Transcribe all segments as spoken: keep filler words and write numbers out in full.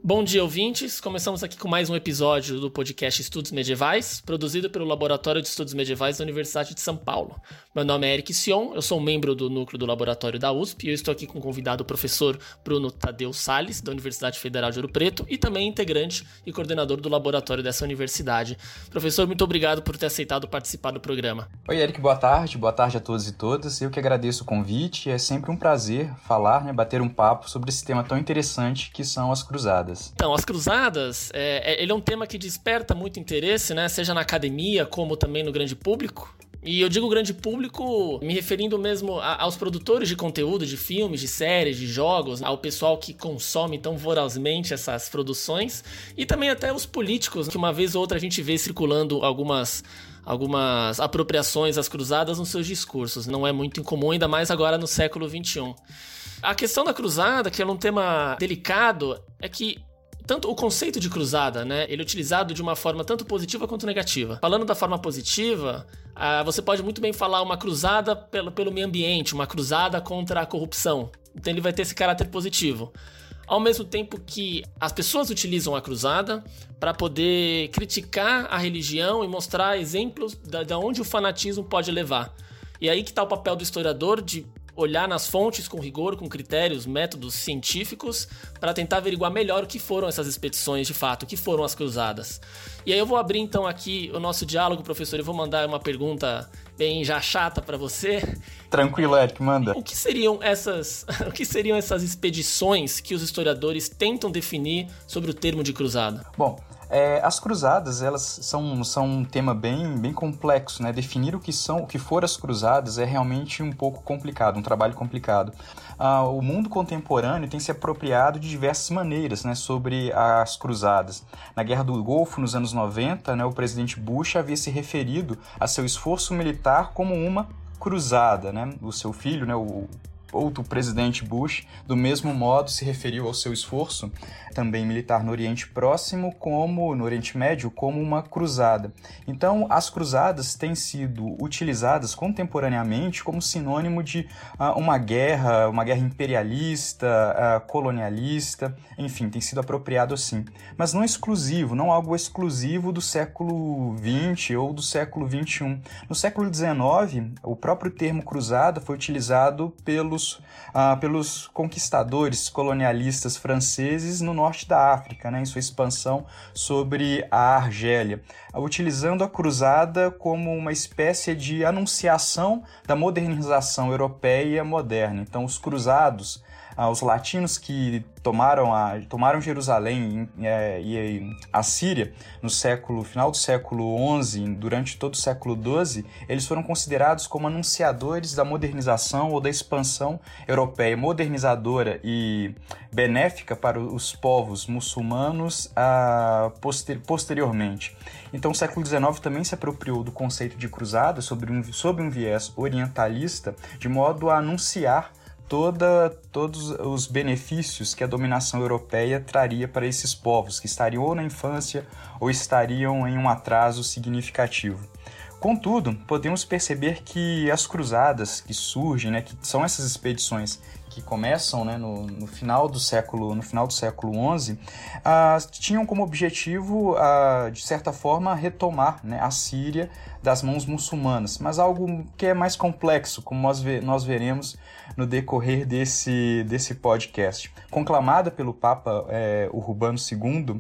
Bom dia, ouvintes. Começamos aqui com mais um episódio do podcast Estudos Medievais, produzido pelo Laboratório de Estudos Medievais da Universidade de São Paulo. Meu nome é Eric Sion, eu sou um membro do núcleo do laboratório da U S P e eu estou aqui com o convidado o professor Bruno Tadeu Salles, da Universidade Federal de Ouro Preto, e também integrante e coordenador do laboratório dessa universidade. Professor, muito obrigado por ter aceitado participar do programa. Oi, Eric, boa tarde. Boa tarde a todos e todas. Eu que agradeço o convite. É sempre um prazer falar, né, bater um papo sobre esse tema tão interessante que são as cruzadas. Então, as cruzadas, é, ele é um tema que desperta muito interesse, né? Seja na academia, como também no grande público. E eu digo grande público me referindo mesmo a, aos produtores de conteúdo, de filmes, de séries, de jogos, ao pessoal que consome tão vorazmente essas produções, e também até os políticos, que uma vez ou outra a gente vê circulando algumas... algumas apropriações às cruzadas nos seus discursos. Não é muito incomum, ainda mais agora no século vinte e um. A questão da cruzada, que é um tema delicado, é que tanto o conceito de cruzada, né, ele é utilizado de uma forma tanto positiva quanto negativa. Falando da forma positiva, ah, você pode muito bem falar uma cruzada pelo, pelo meio ambiente, uma cruzada contra a corrupção. Então ele vai ter esse caráter positivo. Ao mesmo tempo que as pessoas utilizam a cruzada para poder criticar a religião e mostrar exemplos de onde o fanatismo pode levar. E aí que está o papel do historiador de olhar nas fontes com rigor, com critérios, métodos científicos, para tentar averiguar melhor o que foram essas expedições de fato, o que foram as cruzadas. E aí eu vou abrir então aqui o nosso diálogo, professor, e vou mandar uma pergunta bem já chata para você. Tranquilo, Eric, manda. O que seriam essas, o que seriam essas expedições que os historiadores tentam definir sobre o termo de cruzada? Bom, É, as cruzadas, elas são, são um tema bem, bem complexo, né? Definir o que são, o que foram as cruzadas é realmente um pouco complicado, um trabalho complicado. Ah, o mundo contemporâneo tem se apropriado de diversas maneiras, né, sobre as cruzadas. Na Guerra do Golfo, nos anos noventa, né, o presidente Bush havia se referido a seu esforço militar como uma cruzada, né? O seu filho, né, o outro presidente Bush, do mesmo modo, se referiu ao seu esforço, também militar no Oriente Próximo, como no Oriente Médio, como uma cruzada. Então, as cruzadas têm sido utilizadas contemporaneamente como sinônimo de uh, uma guerra, uma guerra imperialista, uh, colonialista, enfim, tem sido apropriado assim. Mas não exclusivo, não algo exclusivo do século vinte ou do século vinte e um. No século dezenove, o próprio termo cruzada foi utilizado pelos Uh, pelos conquistadores colonialistas franceses no norte da África, né, em sua expansão sobre a Argélia, uh, utilizando a cruzada como uma espécie de anunciação da modernização europeia moderna. Então, os cruzados, uh, os latinos que tomaram, a, tomaram Jerusalém é, e a Síria no século, final do século onze, durante todo o século doze, eles foram considerados como anunciadores da modernização ou da expansão europeia, modernizadora e benéfica para os povos muçulmanos ah, poster, posteriormente. Então o século dezenove também se apropriou do conceito de cruzada sobre um, sob um viés orientalista, de modo a anunciar Toda, todos os benefícios que a dominação europeia traria para esses povos, que estariam ou na infância ou estariam em um atraso significativo. Contudo, podemos perceber que as cruzadas que surgem, né, que são essas expedições que começam, né, no, no, final do século, no final do século onze, ah, tinham como objetivo, ah, de certa forma, retomar, né, a Síria das mãos muçulmanas, mas algo que é mais complexo, como nós, ve- nós veremos no decorrer desse, desse podcast. Conclamada pelo Papa é, Urbano segundo,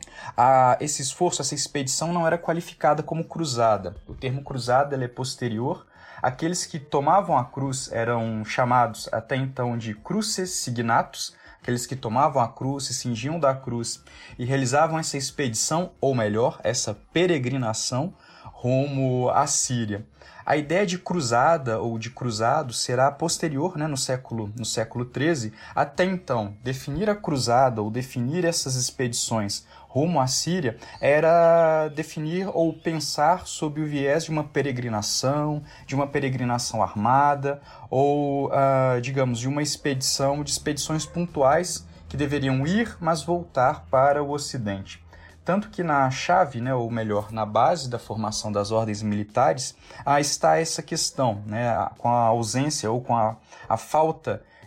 a, esse esforço, essa expedição não era qualificada como cruzada. O termo cruzada ele é posterior. Aqueles que tomavam a cruz eram chamados até então de cruces signatus, aqueles que tomavam a cruz, se cingiam da cruz e realizavam essa expedição, ou melhor, essa peregrinação rumo à Síria. A ideia de cruzada ou de cruzado será posterior, né, no século, no século treze. Até então, definir a cruzada ou definir essas expedições rumo à Síria era definir ou pensar sob o viés de uma peregrinação, de uma peregrinação armada ou, uh, digamos, de uma expedição, de expedições pontuais que deveriam ir, mas voltar para o Ocidente. Tanto que na chave, né, ou melhor, na base da formação das ordens militares, ah, está essa questão, né, com a ausência ou com a, a falta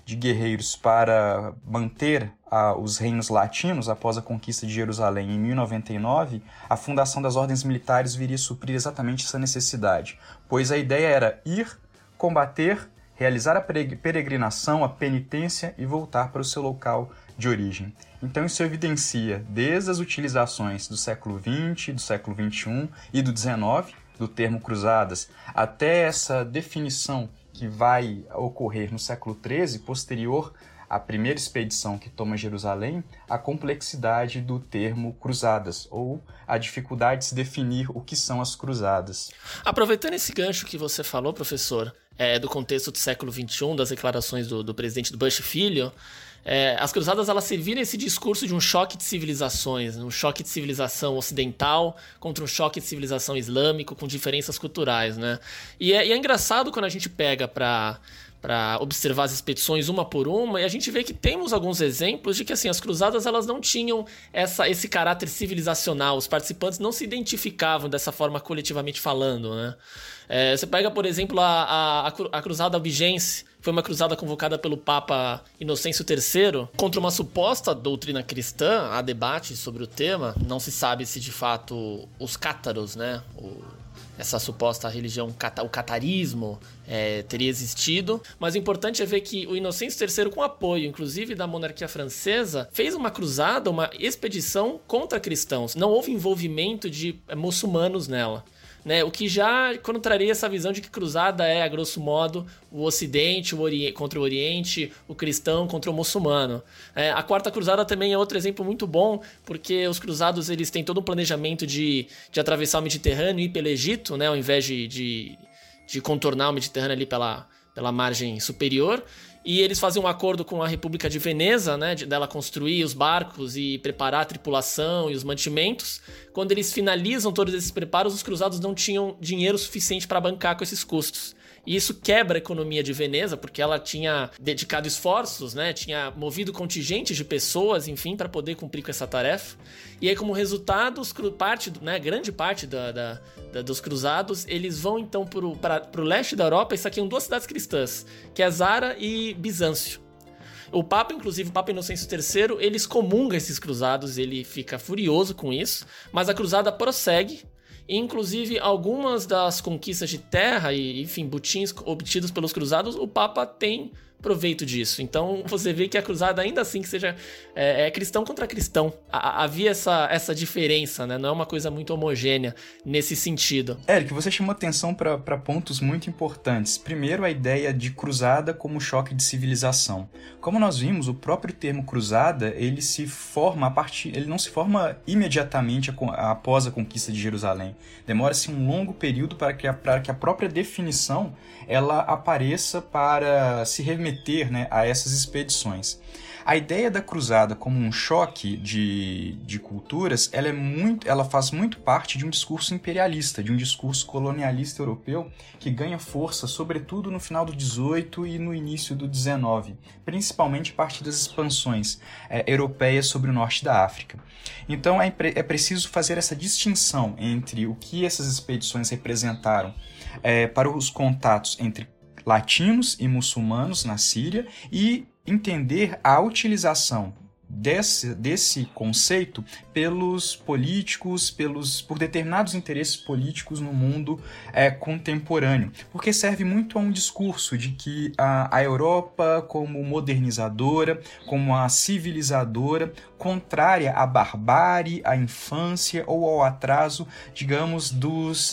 de guerreiros para manter ah, os reinos latinos após a conquista de Jerusalém em mil e noventa e nove, a fundação das ordens militares viria suprir exatamente essa necessidade, pois a ideia era ir, combater, realizar a peregrinação, a penitência e voltar para o seu local de origem. Então isso evidencia desde as utilizações do século vinte, do século vinte e um e do dezenove, do termo cruzadas, até essa definição que vai ocorrer no século treze, posterior à primeira expedição que toma Jerusalém, a complexidade do termo cruzadas, ou a dificuldade de se definir o que são as cruzadas. Aproveitando esse gancho que você falou, professor, é, do contexto do século vinte e um, das declarações do, do presidente do Bush Filho, É, as cruzadas elas serviram esse discurso de um choque de civilizações, um choque de civilização ocidental contra um choque de civilização islâmico com diferenças culturais, né? E é, e é engraçado quando a gente pega para para observar as expedições uma por uma, e a gente vê que temos alguns exemplos de que assim, as cruzadas elas não tinham essa, esse caráter civilizacional, os participantes não se identificavam dessa forma coletivamente falando, né? É, você pega, por exemplo, a, a, a cruzada albigense, foi uma cruzada convocada pelo Papa Inocêncio terceiro contra uma suposta doutrina cristã. Há debate sobre o tema, não se sabe se de fato os cátaros, né, o, essa suposta religião, o catarismo, é, teria existido, mas o importante é ver que o Inocêncio terceiro, com apoio inclusive da monarquia francesa, fez uma cruzada, uma expedição contra cristãos, não houve envolvimento de é, muçulmanos nela. Né, o que já contraria essa visão de que cruzada é, a grosso modo, o Ocidente o Ori- contra o Oriente, o cristão contra o muçulmano. É, a Quarta Cruzada também é outro exemplo muito bom, porque os cruzados eles têm todo um planejamento de, de atravessar o Mediterrâneo e ir pelo Egito, né, ao invés de, de, de contornar o Mediterrâneo ali pela, pela margem superior. E eles fazem um acordo com a República de Veneza, né, de, dela construir os barcos e preparar a tripulação e os mantimentos. Quando eles finalizam todos esses preparos, os cruzados não tinham dinheiro suficiente para bancar com esses custos. E isso quebra a economia de Veneza, porque ela tinha dedicado esforços, né? Tinha movido contingentes de pessoas, enfim, para poder cumprir com essa tarefa. E aí, como resultado, os, parte, né, grande parte da, da, da, dos cruzados, eles vão então para o leste da Europa e saqueiam duas cidades cristãs, que é Zara e Bizâncio. O Papa, inclusive, o Papa Inocêncio terceiro, ele excomunga esses cruzados, ele fica furioso com isso, mas a cruzada prossegue. Inclusive, algumas das conquistas de terra e, enfim, botins obtidos pelos cruzados, o Papa tem proveito disso. Então, você vê que a cruzada, ainda assim, que seja é, é cristão contra cristão. Há, havia essa, essa diferença, né? Não é uma coisa muito homogênea nesse sentido. Eric, você chamou atenção para pontos muito importantes. Primeiro, a ideia de cruzada como choque de civilização. Como nós vimos, o próprio termo cruzada, ele se forma a partir, ele não se forma imediatamente após a conquista de Jerusalém. Demora-se um longo período para que a, para que a própria definição ela apareça para se remeter, né, a essas expedições. A ideia da cruzada como um choque de, de culturas, ela, é muito, ela faz muito parte de um discurso imperialista, de um discurso colonialista europeu que ganha força, sobretudo no final do dezoito e no início do dezenove, principalmente a partir das expansões é, europeias sobre o norte da África. Então é, é preciso fazer essa distinção entre o que essas expedições representaram é, para os contatos entre latinos e muçulmanos na Síria e entender a utilização desse, desse conceito pelos políticos, pelos, por determinados interesses políticos no mundo é, contemporâneo, porque serve muito a um discurso de que a, a Europa, como modernizadora, como a civilizadora, contrária à barbárie, à infância ou ao atraso, digamos, dos,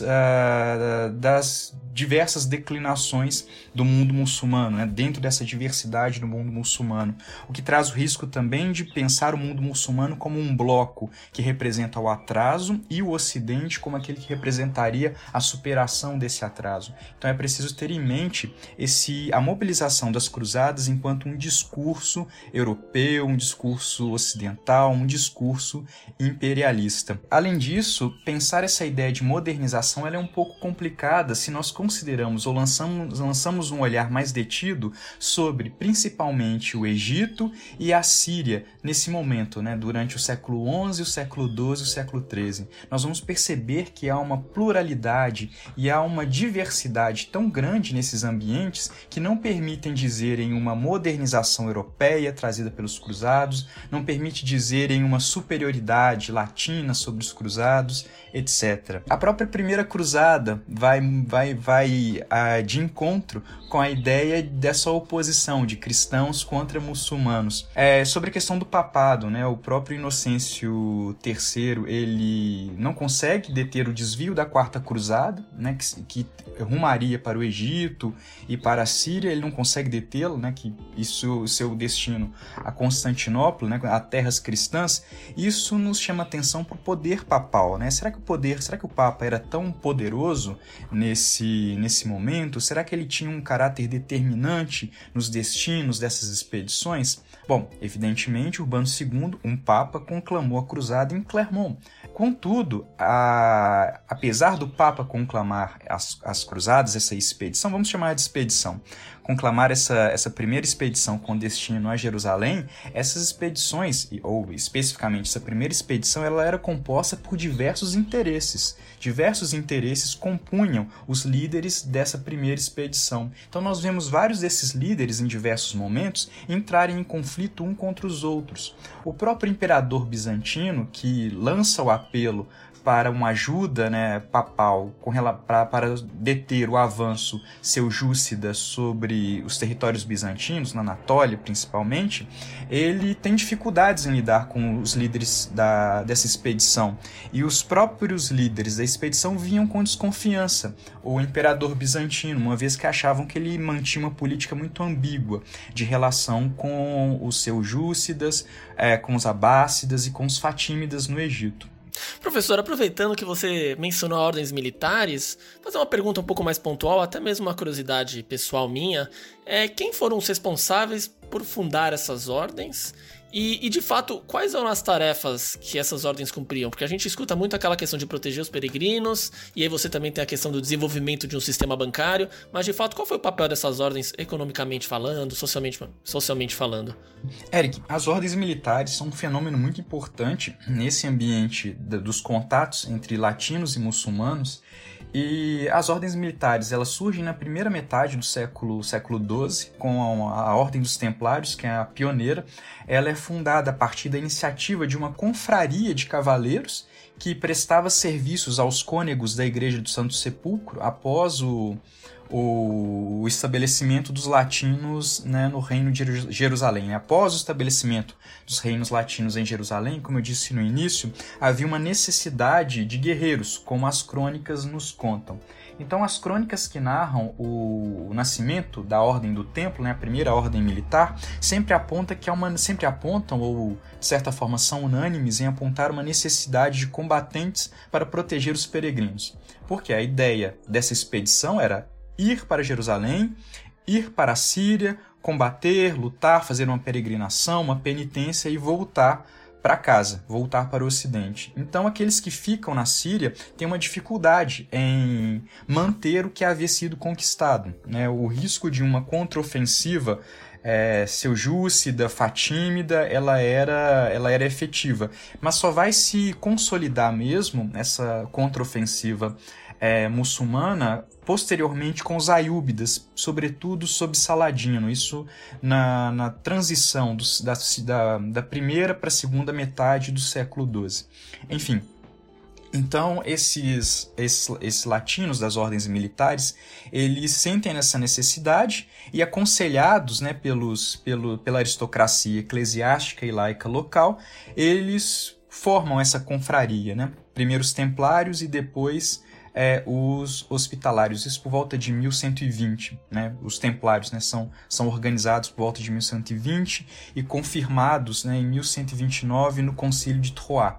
uh, das diversas declinações do mundo muçulmano, né? Dentro dessa diversidade do mundo muçulmano, o que traz o risco também de pensar o mundo muçulmano como um bloco que representa o atraso e o Ocidente como aquele que representaria a superação desse atraso. Então é preciso ter em mente esse, a mobilização das cruzadas enquanto um discurso europeu, um discurso ocidental, um discurso imperialista. Além disso, pensar essa ideia de modernização ela é um pouco complicada se nós consideramos ou lançamos, lançamos um olhar mais detido sobre principalmente o Egito e a Síria nesse momento, né, durante o século onze, o século doze e o século treze. Nós vamos perceber que há uma pluralidade e há uma diversidade tão grande nesses ambientes que não permitem dizer em uma modernização europeia trazida pelos cruzados, não permite dizer em uma superioridade latina sobre os cruzados, etcétera. A própria primeira cruzada vai, vai, vai ah, de encontro com a ideia dessa oposição de cristãos contra muçulmanos. É, sobre a questão do papado, né, o próprio Inocêncio terceiro, ele não consegue deter o desvio da quarta cruzada, né, que, que rumaria para o Egito e para a Síria, ele não consegue detê-lo, né, que isso seu destino a Constantinopla, né, a terras cristãs. Isso nos chama atenção para o poder papal, né? Será que o poder, será que o Papa era tão poderoso nesse, nesse momento? Será que ele tinha um caráter determinante nos destinos dessas expedições? Bom, evidentemente, Urbano segundo, um Papa, conclamou a cruzada em Clermont. Contudo, a, apesar do Papa conclamar as, as cruzadas, essa expedição, vamos chamar de expedição, conclamar essa, essa primeira expedição com destino a Jerusalém, essas expedições, ou especificamente essa primeira expedição, ela era composta por diversos interesses. Diversos interesses compunham os líderes dessa primeira expedição. Então nós vemos vários desses líderes em diversos momentos entrarem em conflito um contra os outros. O próprio imperador bizantino, que lança o apelo para uma ajuda, né, papal com, para, para deter o avanço seljúcida sobre os territórios bizantinos, na Anatólia principalmente, ele tem dificuldades em lidar com os líderes da, dessa expedição. E os próprios líderes da expedição vinham com desconfiança o imperador bizantino, uma vez que achavam que ele mantinha uma política muito ambígua de relação com os seljúcidas, é, com os abássidas e com os fatímidas no Egito. Professor, aproveitando que você mencionou ordens militares, fazer uma pergunta um pouco mais pontual, até mesmo uma curiosidade pessoal minha, é quem foram os responsáveis por fundar essas ordens? E, e, de fato, quais eram as tarefas que essas ordens cumpriam? Porque a gente escuta muito aquela questão de proteger os peregrinos, e aí você também tem a questão do desenvolvimento de um sistema bancário, mas, de fato, qual foi o papel dessas ordens economicamente falando, socialmente, socialmente falando? Eric, as ordens militares são um fenômeno muito importante nesse ambiente dos contatos entre latinos e muçulmanos. E as ordens militares, elas surgem na primeira metade do século, século doze, com a, a Ordem dos Templários, que é a pioneira. Ela é fundada a partir da iniciativa de uma confraria de cavaleiros que prestava serviços aos cônegos da Igreja do Santo Sepulcro após o, o, o estabelecimento dos latinos, né, no Reino de Jerusalém. Após o estabelecimento dos reinos latinos em Jerusalém, como eu disse no início, havia uma necessidade de guerreiros, como as crônicas nos contam. Então, as crônicas que narram o, o nascimento da Ordem do Templo, né, a primeira ordem militar, sempre, aponta que é uma, sempre apontam, ou de certa forma são unânimes em apontar uma necessidade de combatentes para proteger os peregrinos. Porque a ideia dessa expedição era ir para Jerusalém, ir para a Síria, combater, lutar, fazer uma peregrinação, uma penitência e voltar para casa, voltar para o Ocidente. Então, aqueles que ficam na Síria têm uma dificuldade em manter o que havia sido conquistado, né? O risco de uma contraofensiva é, seljúcida, fatímida, ela era, ela era efetiva. Mas só vai se consolidar mesmo essa contraofensiva é, muçulmana posteriormente com os Aiúbidas, sobretudo sob Saladino, isso na, na transição dos, da, da, da primeira para a segunda metade do século doze. Enfim, então esses, esses, esses latinos das ordens militares, eles sentem essa necessidade e, aconselhados, né, pelos, pelo, pela aristocracia eclesiástica e laica local, eles formam essa confraria, né? Primeiro os templários e depois É, os hospitalários, isso por volta de mil cento e vinte, né? Os templários, né, são, são organizados por volta de mil cento e vinte e confirmados, né, em mil cento e vinte e nove no Concílio de Troyes.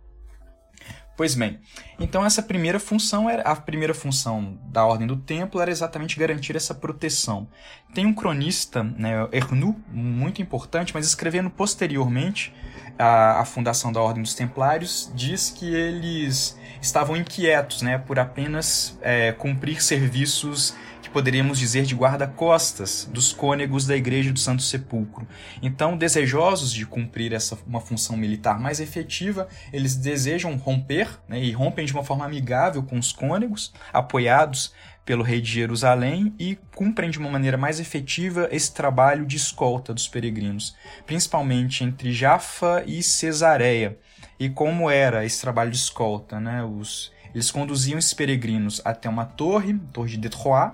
Pois bem, então essa primeira função, era, a primeira função da Ordem do Templo era exatamente garantir essa proteção. Tem um cronista, né, Ernoult, muito importante, mas escrevendo posteriormente a, a fundação da Ordem dos Templários, diz que eles estavam inquietos, né, por apenas é, cumprir serviços que poderíamos dizer de guarda-costas dos cônegos da Igreja do Santo Sepulcro. Então, desejosos de cumprir essa, uma função militar mais efetiva, eles desejam romper, né, e rompem de uma forma amigável com os cônegos, apoiados pelo rei de Jerusalém, e cumprem de uma maneira mais efetiva esse trabalho de escolta dos peregrinos, principalmente entre Jafa e Cesareia. E como era esse trabalho de escolta, né? Os, eles conduziam esses peregrinos até uma torre, torre de Detroit,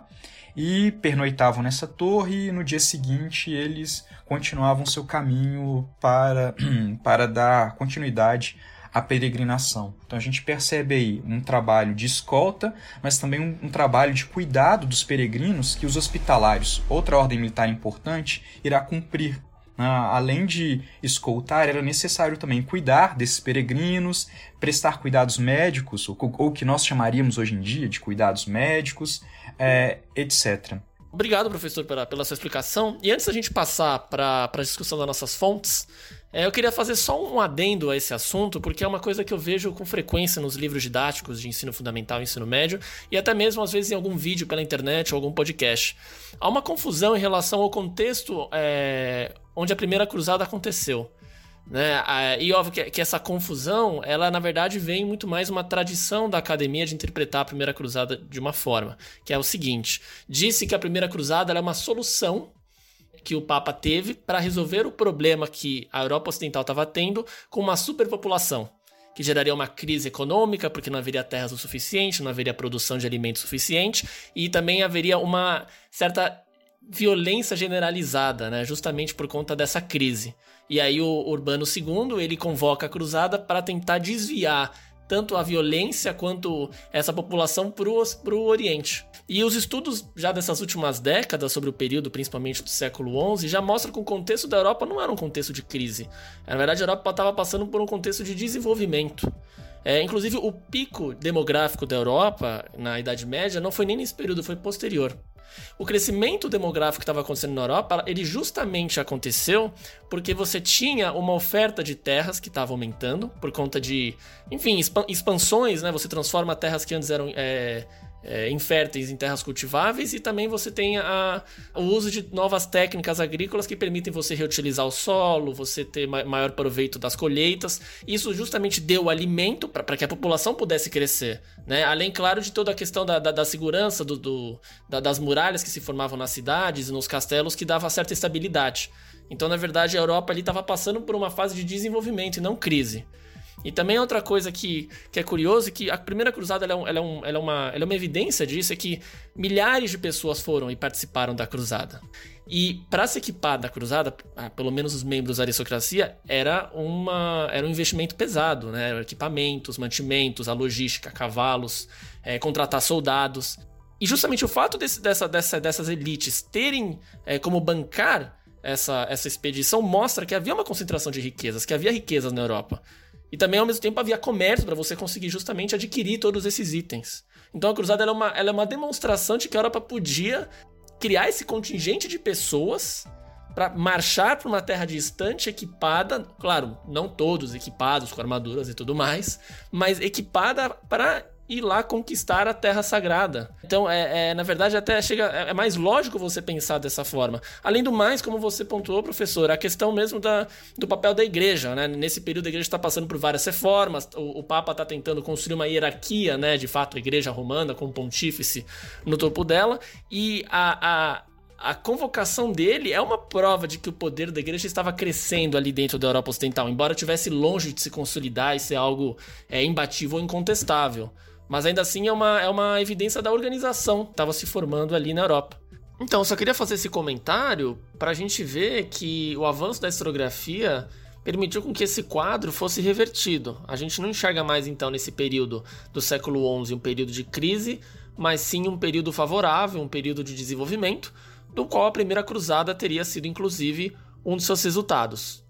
e pernoitavam nessa torre, e no dia seguinte eles continuavam seu caminho para, para dar continuidade a peregrinação. Então a gente percebe aí um trabalho de escolta, mas também um, um trabalho de cuidado dos peregrinos que os hospitalários, outra ordem militar importante, irá cumprir. Ah, além de escoltar, era necessário também cuidar desses peregrinos, prestar cuidados médicos, ou o que nós chamaríamos hoje em dia de cuidados médicos, é, etcétera. Obrigado, professor, pela, pela sua explicação. E antes da gente passar para a discussão das nossas fontes, é, eu queria fazer só um adendo a esse assunto, porque é uma coisa que eu vejo com frequência nos livros didáticos de ensino fundamental e ensino médio, e até mesmo, às vezes, em algum vídeo pela internet ou algum podcast. Há uma confusão em relação ao contexto é, onde a primeira cruzada aconteceu. Né? E óbvio que, que essa confusão, ela na verdade vem muito mais uma tradição da academia de interpretar a primeira cruzada de uma forma, que é o seguinte: disse que a primeira cruzada ela é uma solução que o Papa teve para resolver o problema que a Europa Ocidental estava tendo com uma superpopulação, que geraria uma crise econômica, porque não haveria terras o suficiente, não haveria produção de alimentos suficiente, e também haveria uma certa violência generalizada, né, justamente por conta dessa crise. E aí o Urbano segundo, ele convoca a cruzada para tentar desviar tanto a violência quanto essa população para o Oriente. E os estudos já dessas últimas décadas sobre o período, principalmente do século onze, já mostram que o contexto da Europa não era um contexto de crise. Na verdade, a Europa estava passando por um contexto de desenvolvimento. É, inclusive, o pico demográfico da Europa, na Idade Média, não foi nem nesse período, foi posterior. O crescimento demográfico que estava acontecendo na Europa, ele justamente aconteceu porque você tinha uma oferta de terras que estava aumentando por conta de, enfim, expansões, né? Você transforma terras que antes eram é, é, inférteis em terras cultiváveis, e também você tem a, o uso de novas técnicas agrícolas que permitem você reutilizar o solo, você ter ma- maior proveito das colheitas. Isso justamente deu alimento para que a população pudesse crescer, né? Além, claro, de toda a questão da, da, da segurança, do, do, da, das muralhas que se formavam nas cidades e nos castelos, que dava certa estabilidade. Então, na verdade, a Europa ali estava passando por uma fase de desenvolvimento e não crise. E também outra coisa que, que é curioso é que a primeira cruzada ela é, um, ela, é um, ela, é uma, ela é uma evidência disso, é que milhares de pessoas foram e participaram da cruzada. E para se equipar da cruzada, pelo menos os membros da aristocracia, era, uma, era um investimento pesado, né? Equipamentos, mantimentos, a logística, cavalos, é, contratar soldados. E justamente o fato desse, dessa, dessa, dessas elites terem é, como bancar essa, essa expedição mostra que havia uma concentração de riquezas, que havia riquezas na Europa. E também, ao mesmo tempo, havia comércio para você conseguir justamente adquirir todos esses itens. Então a cruzada ela é, uma, ela é uma demonstração de que a Europa podia criar esse contingente de pessoas para marchar para uma terra distante equipada, claro, não todos equipados com armaduras e tudo mais, mas equipada para ir lá conquistar a Terra Sagrada. Então, é, é, na verdade, até chega, é mais lógico você pensar dessa forma. Além do mais, como você pontuou, professor, a questão mesmo da, do papel da igreja, né? Nesse período a igreja está passando por várias reformas, o, o Papa está tentando construir uma hierarquia, né? De fato, a igreja romana com o pontífice no topo dela, e a... a A convocação dele é uma prova de que o poder da igreja estava crescendo ali dentro da Europa Ocidental, embora estivesse longe de se consolidar e ser algo é, imbatível ou incontestável. Mas ainda assim é uma, é uma evidência da organização que estava se formando ali na Europa. Então, eu só queria fazer esse comentário para a gente ver que o avanço da historiografia permitiu com que esse quadro fosse revertido. A gente não enxerga mais, então, nesse período do século onze um período de crise, mas sim um período favorável, um período de desenvolvimento, do qual a primeira cruzada teria sido, inclusive, um dos seus resultados.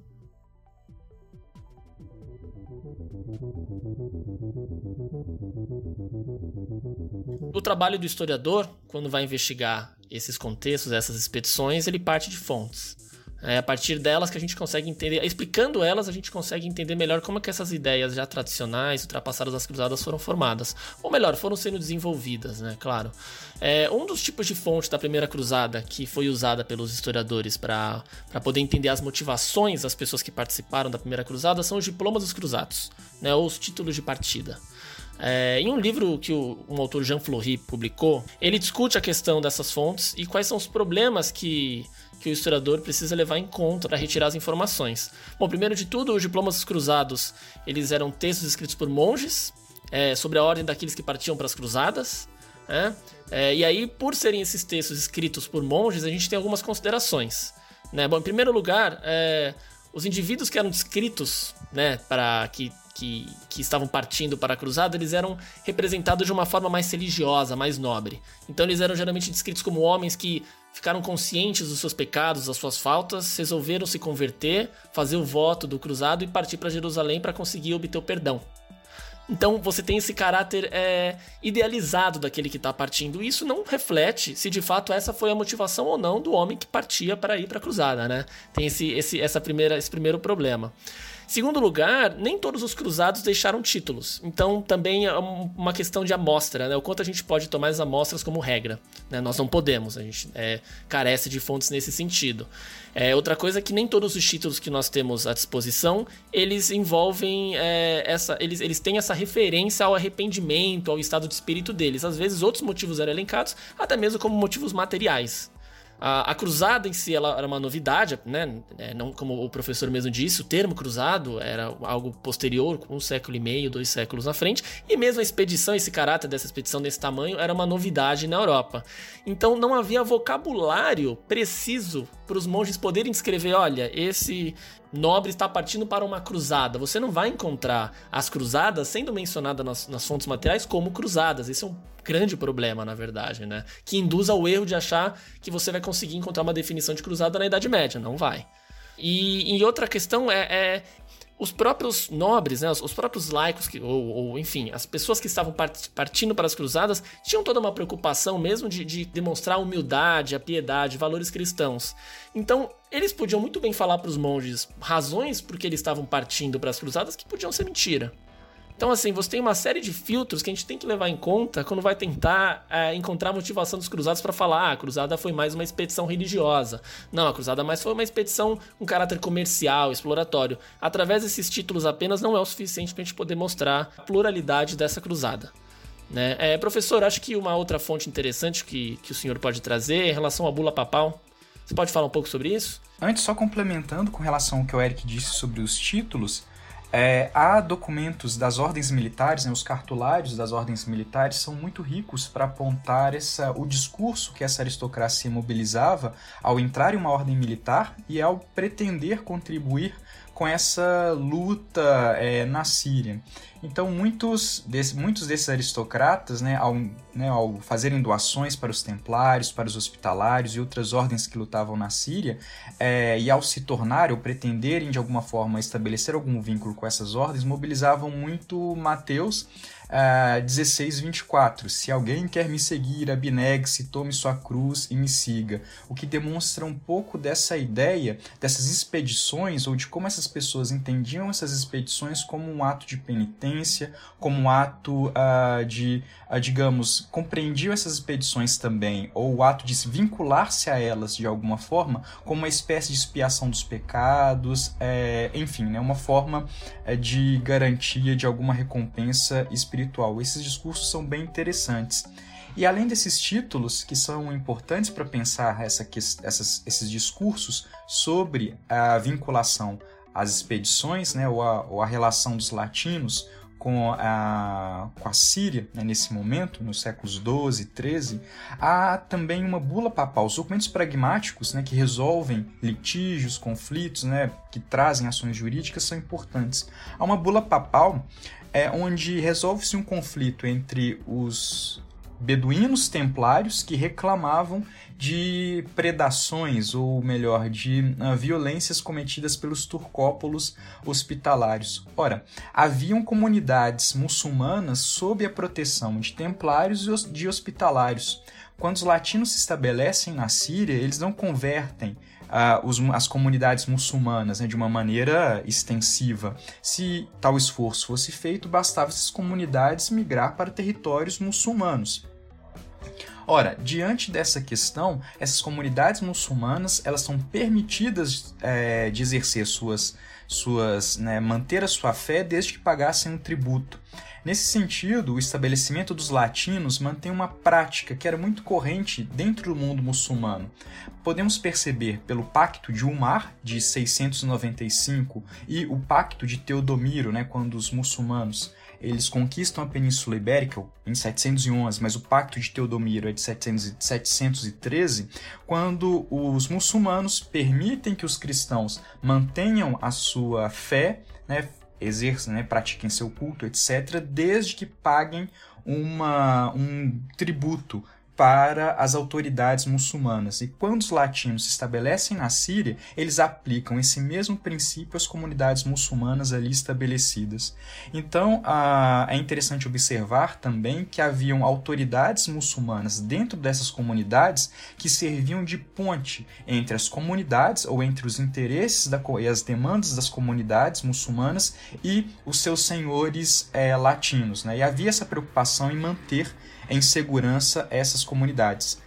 O trabalho do historiador, quando vai investigar esses contextos, essas expedições, ele parte de fontes. É a partir delas que a gente consegue entender, explicando elas, a gente consegue entender melhor como é que essas ideias já tradicionais, ultrapassadas das cruzadas, foram formadas. Ou melhor, foram sendo desenvolvidas, né? Claro. É, um dos tipos de fonte da primeira cruzada que foi usada pelos historiadores para poder entender as motivações das pessoas que participaram da primeira cruzada são os diplomas dos cruzados, né? Ou os títulos de partida. É, em um livro que o, um autor Jean Fleury publicou, ele discute a questão dessas fontes e quais são os problemas que... que o historiador precisa levar em conta para retirar as informações. Bom, primeiro de tudo, os diplomas dos cruzados, eles eram textos escritos por monges, é, sobre a ordem daqueles que partiam para as cruzadas, né? É, e aí, por serem esses textos escritos por monges, a gente tem algumas considerações, né? Bom, em primeiro lugar, é, os indivíduos que eram descritos, né, para que Que, que estavam partindo para a cruzada, eles eram representados de uma forma mais religiosa, mais nobre. Então eles eram geralmente descritos como homens que ficaram conscientes dos seus pecados, das suas faltas, resolveram se converter, fazer o voto do cruzado e partir para Jerusalém para conseguir obter o perdão. Então você tem esse caráter é, idealizado daquele que está partindo. E isso não reflete se de fato essa foi a motivação ou não do homem que partia para ir para a cruzada, né? Tem esse, esse, essa primeira, esse primeiro problema. Segundo lugar, nem todos os cruzados deixaram títulos. Então também é uma questão de amostra, né? O quanto a gente pode tomar as amostras como regra, né? Nós não podemos, a gente é, carece de fontes nesse sentido. É, outra coisa é que nem todos os títulos que nós temos à disposição, eles envolvem é, essa, eles, eles têm essa referência ao arrependimento, ao estado de espírito deles. Às vezes outros motivos eram elencados, até mesmo como motivos materiais. A, a cruzada em si ela era uma novidade, né? É, não, como o professor mesmo disse, o termo cruzado era algo posterior, um século e meio, dois séculos na frente, e mesmo a expedição, esse caráter dessa expedição desse tamanho, era uma novidade na Europa. Então não havia vocabulário preciso para os monges poderem descrever, olha, esse nobre está partindo para uma cruzada. Você não vai encontrar as cruzadas sendo mencionadas nas, nas fontes materiais como cruzadas. Esse é um grande problema, na verdade, né? Que induz ao erro de achar que você vai conseguir encontrar uma definição de cruzada na Idade Média. Não vai. E, e outra questão é... é os próprios nobres, né, os, os próprios laicos, que, ou, ou enfim, as pessoas que estavam part, partindo para as cruzadas, tinham toda uma preocupação mesmo de, de demonstrar a humildade, a piedade, valores cristãos. Então, eles podiam muito bem falar para os monges razões por que eles estavam partindo para as cruzadas que podiam ser mentira. Então, assim, você tem uma série de filtros que a gente tem que levar em conta quando vai tentar é, encontrar a motivação dos cruzados para falar, ah, a cruzada foi mais uma expedição religiosa. Não, a cruzada mais foi uma expedição com caráter comercial, exploratório. Através desses títulos apenas não é o suficiente para a gente poder mostrar a pluralidade dessa cruzada. Né? É, professor, acho que uma outra fonte interessante que, que o senhor pode trazer é em relação à bula papal. Você pode falar um pouco sobre isso? Antes, só complementando com relação ao que o Eric disse sobre os títulos, É, há documentos das ordens militares, né, os cartulários das ordens militares são muito ricos para apontar essa, o discurso que essa aristocracia mobilizava ao entrar em uma ordem militar e ao pretender contribuir com essa luta é, na Síria. Então, muitos, desse, muitos desses aristocratas, né, ao, né, ao fazerem doações para os templários, para os hospitalários e outras ordens que lutavam na Síria, é, e ao se tornarem ou pretenderem, de alguma forma, estabelecer algum vínculo com essas ordens, mobilizavam muito Mateus uh, dezesseis, vinte e quatro. Se alguém quer me seguir, abnegue-se, tome sua cruz e me siga. O que demonstra um pouco dessa ideia, dessas expedições, ou de como essas pessoas entendiam essas expedições como um ato de penitência, como um ato uh, de, uh, digamos, compreendiam essas expedições também, ou o ato de se vincular-se a elas de alguma forma, como uma espécie de expiação dos pecados, é, enfim, né, uma forma é, de garantia de alguma recompensa espiritual. Esses discursos são bem interessantes. E além desses títulos, que são importantes para pensar essa, essas, esses discursos sobre a vinculação às expedições, né, ou, a, ou a relação dos latinos com a, com a Síria, né, nesse momento, nos séculos doze e treze, há também uma bula papal. Os documentos pragmáticos, né, que resolvem litígios, conflitos, né, que trazem ações jurídicas, são importantes. Há uma bula papal é, onde resolve-se um conflito entre os beduínos templários que reclamavam de predações, ou melhor, de uh, violências cometidas pelos turcópolos hospitalários. Ora, haviam comunidades muçulmanas sob a proteção de templários e de hospitalários. Quando os latinos se estabelecem na Síria, eles não convertem uh, os, as comunidades muçulmanas, né, de uma maneira extensiva. Se tal esforço fosse feito, bastava essas comunidades migrar para territórios muçulmanos. Ora, diante dessa questão, essas comunidades muçulmanas elas são permitidas é, de exercer suas, suas né, manter a sua fé desde que pagassem um tributo. Nesse sentido, o estabelecimento dos latinos mantém uma prática que era muito corrente dentro do mundo muçulmano. Podemos perceber pelo Pacto de Umar, de seiscentos e noventa e cinco, e o Pacto de Teodomiro, né, quando os muçulmanos eles conquistam a Península Ibérica em setecentos e onze, mas o Pacto de Teodomiro é de setecentos e treze, quando os muçulmanos permitem que os cristãos mantenham a sua fé, né, exerçam, né, pratiquem seu culto, etcétera, desde que paguem uma, um tributo para as autoridades muçulmanas. E quando os latinos se estabelecem na Síria, eles aplicam esse mesmo princípio às comunidades muçulmanas ali estabelecidas. Então, ah, é interessante observar também que haviam autoridades muçulmanas dentro dessas comunidades que serviam de ponte entre as comunidades ou entre os interesses da, e as demandas das comunidades muçulmanas e os seus senhores é, latinos, né? E havia essa preocupação em manter em segurança essas comunidades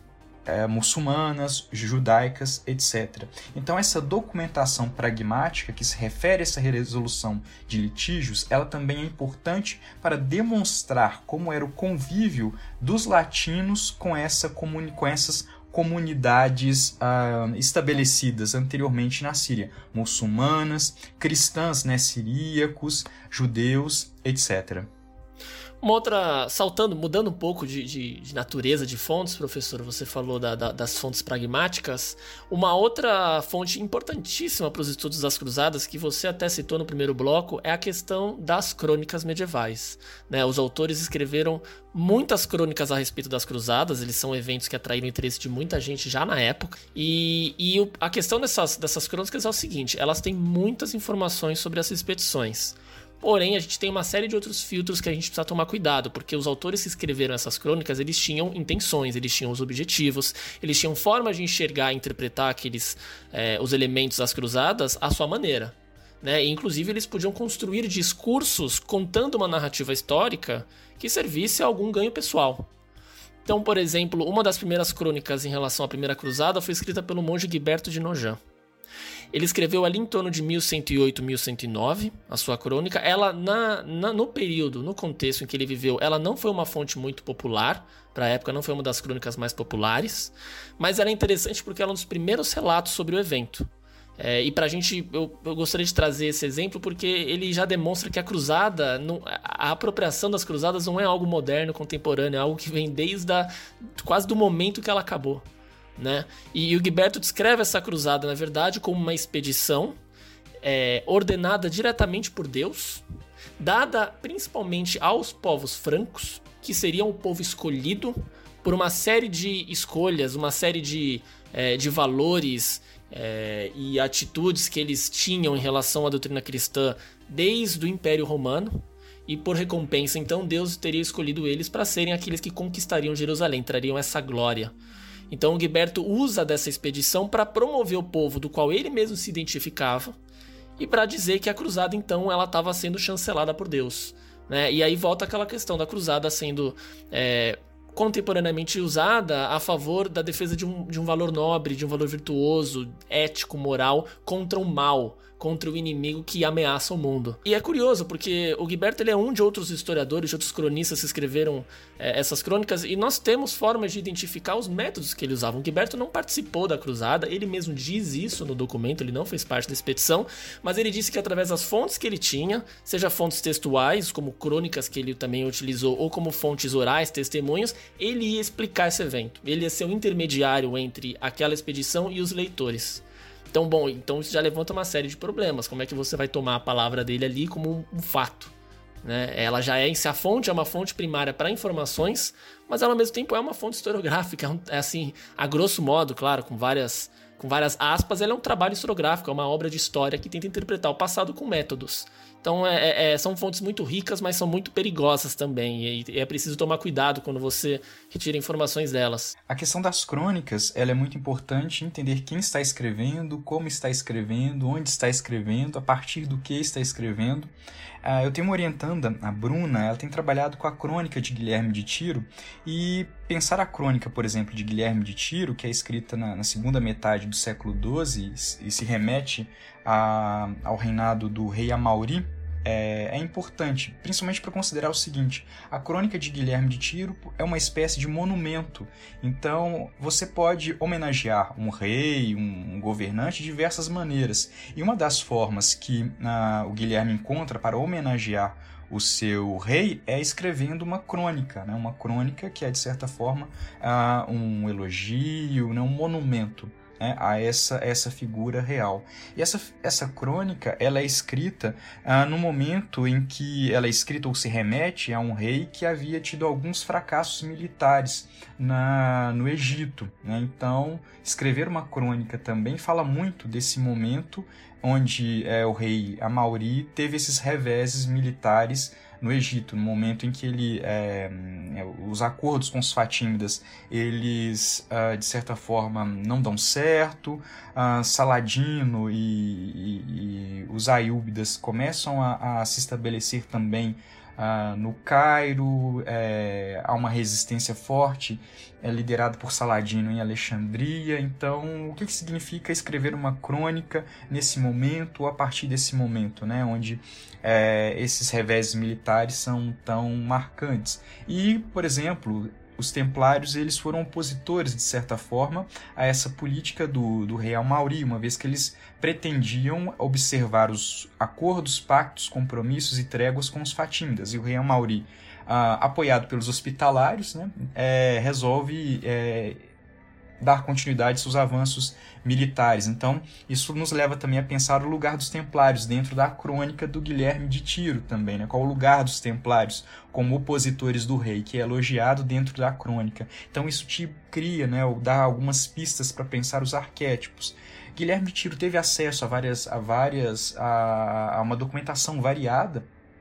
é, muçulmanas, judaicas, etcétera. Então, essa documentação pragmática que se refere a essa resolução de litígios, ela também é importante para demonstrar como era o convívio dos latinos com, essa comuni- com essas comunidades ah, estabelecidas anteriormente na Síria, muçulmanas, cristãs, né, siríacos, judeus, etcétera. Uma outra, saltando, mudando um pouco de, de, de natureza de fontes, professor, você falou da, da, das fontes pragmáticas. Uma outra fonte importantíssima para os estudos das cruzadas, que você até citou no primeiro bloco, é a questão das crônicas medievais, né? Os autores escreveram muitas crônicas a respeito das cruzadas, eles são eventos que atraíram o interesse de muita gente já na época. E, e o, a questão dessas, dessas crônicas é o seguinte, elas têm muitas informações sobre essas expedições. Porém, a gente tem uma série de outros filtros que a gente precisa tomar cuidado, porque os autores que escreveram essas crônicas, eles tinham intenções, eles tinham os objetivos, eles tinham formas de enxergar e interpretar aqueles, é, os elementos das cruzadas à sua maneira, né? E, inclusive, eles podiam construir discursos contando uma narrativa histórica que servisse a algum ganho pessoal. Então, por exemplo, uma das primeiras crônicas em relação à Primeira Cruzada foi escrita pelo monge Guiberto de Nogent. Ele escreveu ali em torno de mil cento e oito, mil cento e nove, a sua crônica. Ela, na, na, no período, no contexto em que ele viveu, ela não foi uma fonte muito popular, para a época não foi uma das crônicas mais populares, mas ela é interessante porque ela é um dos primeiros relatos sobre o evento. É, e pra gente, eu, eu gostaria de trazer esse exemplo porque ele já demonstra que a cruzada, não, a apropriação das cruzadas não é algo moderno, contemporâneo, é algo que vem desde a, quase do momento que ela acabou. Né? E, e o Guiberto descreve essa cruzada, na verdade, como uma expedição é, ordenada diretamente por Deus, dada principalmente aos povos francos, que seriam o povo escolhido por uma série de escolhas, uma série de, é, de valores é, e atitudes que eles tinham em relação à doutrina cristã desde o Império Romano. E por recompensa, então, Deus teria escolhido eles para serem aqueles que conquistariam Jerusalém, trariam essa glória. Então o Guiberto usa dessa expedição para promover o povo do qual ele mesmo se identificava e para dizer que a cruzada então ela estava sendo chancelada por Deus, né? E aí volta aquela questão da cruzada sendo é, contemporaneamente usada a favor da defesa de um, de um valor nobre, de um valor virtuoso, ético, moral, contra o mal, contra o inimigo que ameaça o mundo. E é curioso, porque o Guiberto ele é um de outros historiadores, de outros cronistas que escreveram é, essas crônicas, e nós temos formas de identificar os métodos que ele usava. O Guiberto não participou da cruzada, ele mesmo diz isso no documento, ele não fez parte da expedição, mas ele disse que através das fontes que ele tinha, seja fontes textuais, como crônicas que ele também utilizou, ou como fontes orais, testemunhos, ele ia explicar esse evento. Ele ia ser um intermediário entre aquela expedição e os leitores. Então, bom, então isso já levanta uma série de problemas. Como é que você vai tomar a palavra dele ali como um, um fato? Né? Ela já é, se a fonte é uma fonte primária para informações, mas ela ao mesmo tempo é uma fonte historiográfica. É, um, é assim, a grosso modo, claro, com várias, com várias aspas, ela é um trabalho historiográfico, é uma obra de história que tenta interpretar o passado com métodos. Então, é, é, são fontes muito ricas, mas são muito perigosas também. E é preciso tomar cuidado quando você retira informações delas. A questão das crônicas, ela é muito importante entender quem está escrevendo, como está escrevendo, onde está escrevendo, a partir do que está escrevendo. Uh, eu tenho uma orientanda, a Bruna, ela tem trabalhado com a crônica de Guilherme de Tiro, e pensar a crônica, por exemplo, de Guilherme de Tiro, que é escrita na, na segunda metade do século doze e, e se remete a, ao reinado do rei Amauri, É, é importante, principalmente para considerar o seguinte: a crônica de Guilherme de Tiro é uma espécie de monumento. Então, você pode homenagear um rei, um, um governante de diversas maneiras. E uma das formas que ah, o Guilherme encontra para homenagear o seu rei é escrevendo uma crônica, né? Uma crônica que é, de certa forma, ah, um elogio, né? Um monumento, né, a essa, essa figura real. E essa, essa crônica, ela é escrita ah, no momento em que ela é escrita ou se remete a um rei que havia tido alguns fracassos militares na, no Egito, né? Então, escrever uma crônica também fala muito desse momento onde é, o rei Amauri teve esses reveses militares no Egito, no momento em que ele, é, os acordos com os fatímidas, eles, uh, de certa forma, não dão certo, uh, Saladino e, e, e os Aiúbidas começam a, a se estabelecer também uh, no Cairo, é, há uma resistência forte, é liderada por Saladino em Alexandria. Então, o que, que significa escrever uma crônica nesse momento, ou a partir desse momento, né, onde é, esses reveses militares são tão marcantes? E, por exemplo, os templários, eles foram opositores, de certa forma, a essa política do, do rei Amauri, uma vez que eles pretendiam observar os acordos, pactos, compromissos e tréguas com os fatímidas. E o rei Amauri, ah, apoiado pelos hospitalários, né, é, resolve é, dar continuidade aos seus avanços militares. Então, isso nos leva também a pensar o lugar dos templários dentro da crônica do Guilherme de Tiro também, né? Qual o lugar dos templários como opositores do rei, que é elogiado dentro da crônica. Então, isso te cria, né, ou dá algumas pistas para pensar os arquétipos. Guilherme de Tiro teve acesso a várias, a várias, a, a uma documentação variada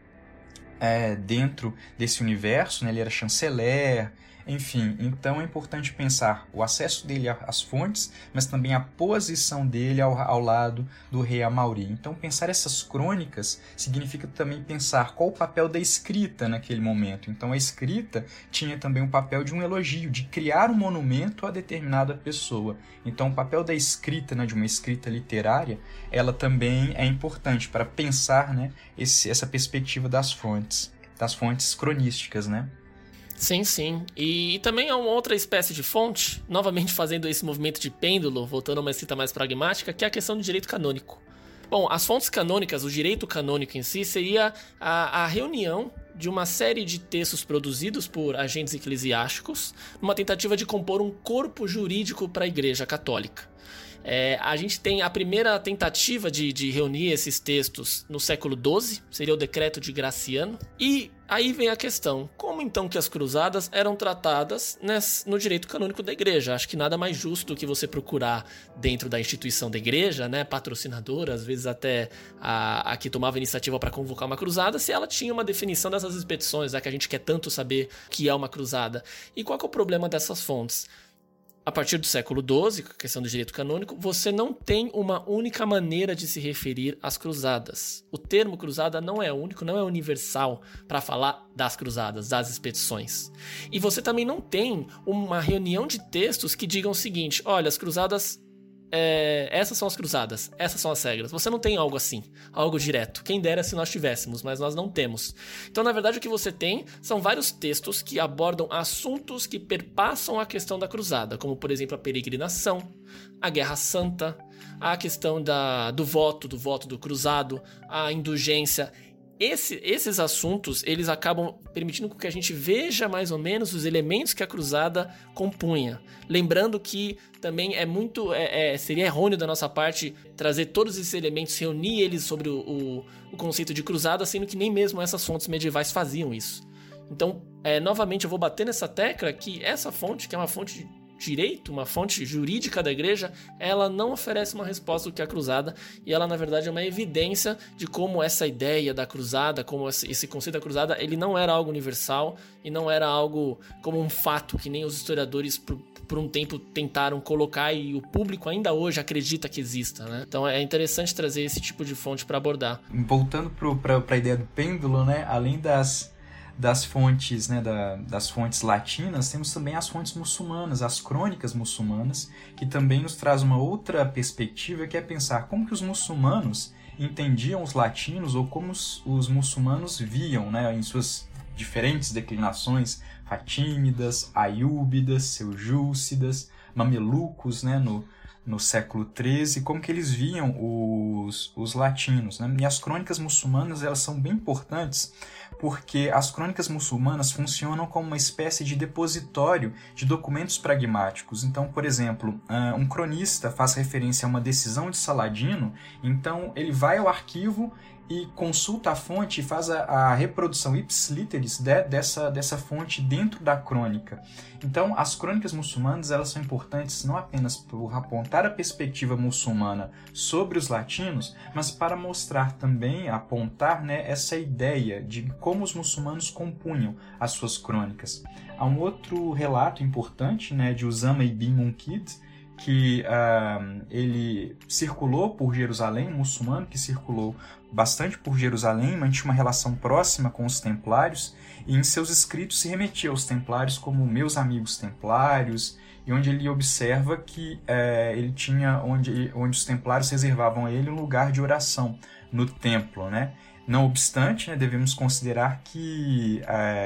é, dentro desse universo, né? Ele era chanceler, enfim, então é importante pensar o acesso dele às fontes, mas também a posição dele ao, ao lado do rei Amauri. Então, pensar essas crônicas significa também pensar qual o papel da escrita naquele momento. Então, a escrita tinha também o papel de um elogio, de criar um monumento a determinada pessoa. Então, o papel da escrita, né, de uma escrita literária, ela também é importante para pensar, né, esse, essa perspectiva das fontes, das fontes cronísticas, né? Sim, sim. E também é uma outra espécie de fonte, novamente fazendo esse movimento de pêndulo, voltando a uma escrita mais pragmática, que é a questão do direito canônico. Bom, as fontes canônicas, o direito canônico em si, seria a, a reunião de uma série de textos produzidos por agentes eclesiásticos numa tentativa de compor um corpo jurídico para a Igreja Católica. É, a gente tem a primeira tentativa de, de reunir esses textos no século doze, seria o decreto de Graciano. E aí vem a questão, como então que as cruzadas eram tratadas nesse, no direito canônico da igreja? Acho que nada mais justo do que você procurar dentro da instituição da igreja, né, patrocinadora, às vezes até a, a que tomava iniciativa para convocar uma cruzada, se ela tinha uma definição dessas expedições, já que a gente quer tanto saber o que é uma cruzada. E qual que é o problema dessas fontes? A partir do século doze, com a questão do direito canônico, você não tem uma única maneira de se referir às cruzadas. O termo cruzada não é único, não é universal para falar das cruzadas, das expedições. E você também não tem uma reunião de textos que digam o seguinte: olha, as cruzadas, é, essas são as cruzadas, essas são as regras. Você não tem algo assim, algo direto. Quem dera se nós tivéssemos, mas nós não temos. Então, na verdade, o que você tem são vários textos que abordam assuntos que perpassam a questão da cruzada, como, por exemplo, a peregrinação, a guerra santa, a questão da, do voto, do voto do cruzado, a indulgência. Esse, esses assuntos, eles acabam permitindo que a gente veja mais ou menos os elementos que a cruzada compunha. Lembrando que também é muito, é, é, seria errôneo da nossa parte trazer todos esses elementos, reunir eles sobre o, o, o conceito de cruzada, sendo que nem mesmo essas fontes medievais faziam isso. Então, é, novamente, eu vou bater nessa tecla que essa fonte, que é uma fonte direito, uma fonte jurídica da igreja, ela não oferece uma resposta do que é a cruzada, e ela na verdade é uma evidência de como essa ideia da cruzada, como esse conceito da cruzada, ele não era algo universal e não era algo como um fato que nem os historiadores por, por um tempo tentaram colocar e o público ainda hoje acredita que exista, né? Então é interessante trazer esse tipo de fonte para abordar. Voltando para a ideia do pêndulo, né? Além das das fontes, né, da, das fontes latinas, temos também as fontes muçulmanas, as crônicas muçulmanas, que também nos traz uma outra perspectiva, que é pensar como que os muçulmanos entendiam os latinos, ou como os, os muçulmanos viam, né, em suas diferentes declinações, fatímidas, aiúbidas, seljúcidas, mamelucos, né, no, no século treze, como que eles viam os, os latinos, né? E as crônicas muçulmanas, elas são bem importantes, porque as crônicas muçulmanas funcionam como uma espécie de depositório de documentos pragmáticos. Então, por exemplo, um cronista faz referência a uma decisão de Saladino, então ele vai ao arquivo e consulta a fonte e faz a, a reprodução ipsis literis de, dessa, dessa fonte dentro da crônica. Então, as crônicas muçulmanas, elas são importantes não apenas por apontar a perspectiva muçulmana sobre os latinos, mas para mostrar também, apontar, né, essa ideia de como os muçulmanos compunham as suas crônicas. Há um outro relato importante, né, de Usama ibn Munkid, que uh, ele circulou por Jerusalém, um muçulmano que circulou bastante por Jerusalém, mantinha uma relação próxima com os templários, e em seus escritos se remetia aos templários como meus amigos templários, e onde ele observa que uh, ele tinha, onde, onde os templários reservavam a ele um lugar de oração no templo, né? Não obstante, né, devemos considerar que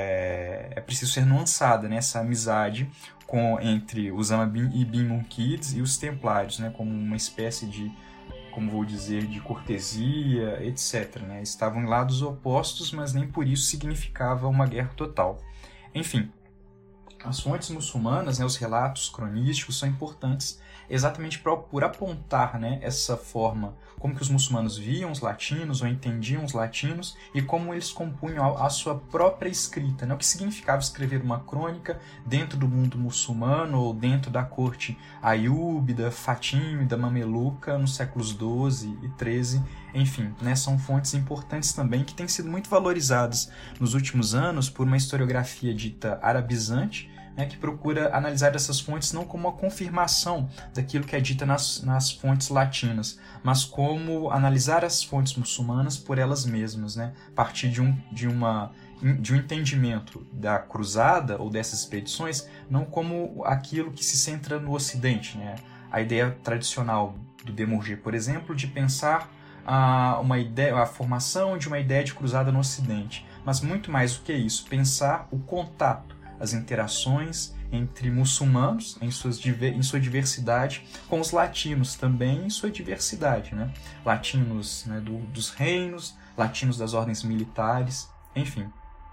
é, é preciso ser nuançada, né, essa amizade com, entre Usama ibn Munkid e os templários, né, como uma espécie de, como vou dizer, de cortesia, etcétera. Né? Estavam em lados opostos, mas nem por isso significava uma guerra total. Enfim, as fontes muçulmanas, né, os relatos cronísticos são importantes exatamente por, por apontar, né, essa forma, como que os muçulmanos viam os latinos ou entendiam os latinos e como eles compunham a, a sua própria escrita, né, o que significava escrever uma crônica dentro do mundo muçulmano ou dentro da corte aiúbida, fatímida, mameluca nos séculos doze e treze, enfim, né, são fontes importantes também que têm sido muito valorizadas nos últimos anos por uma historiografia dita arabizante, né, que procura analisar essas fontes não como uma confirmação daquilo que é dita nas, nas fontes latinas, mas como analisar as fontes muçulmanas por elas mesmas, né, a partir de um, de, uma, de um entendimento da cruzada ou dessas expedições, não como aquilo que se centra no Ocidente. Né, a ideia tradicional do De Murger, por exemplo, de pensar a, uma ideia, a formação de uma ideia de cruzada no Ocidente, mas muito mais do que isso, pensar o contato, as interações entre muçulmanos em, suas, em sua diversidade com os latinos também em sua diversidade, né? Latinos, né, do, dos reinos, latinos das ordens militares, enfim.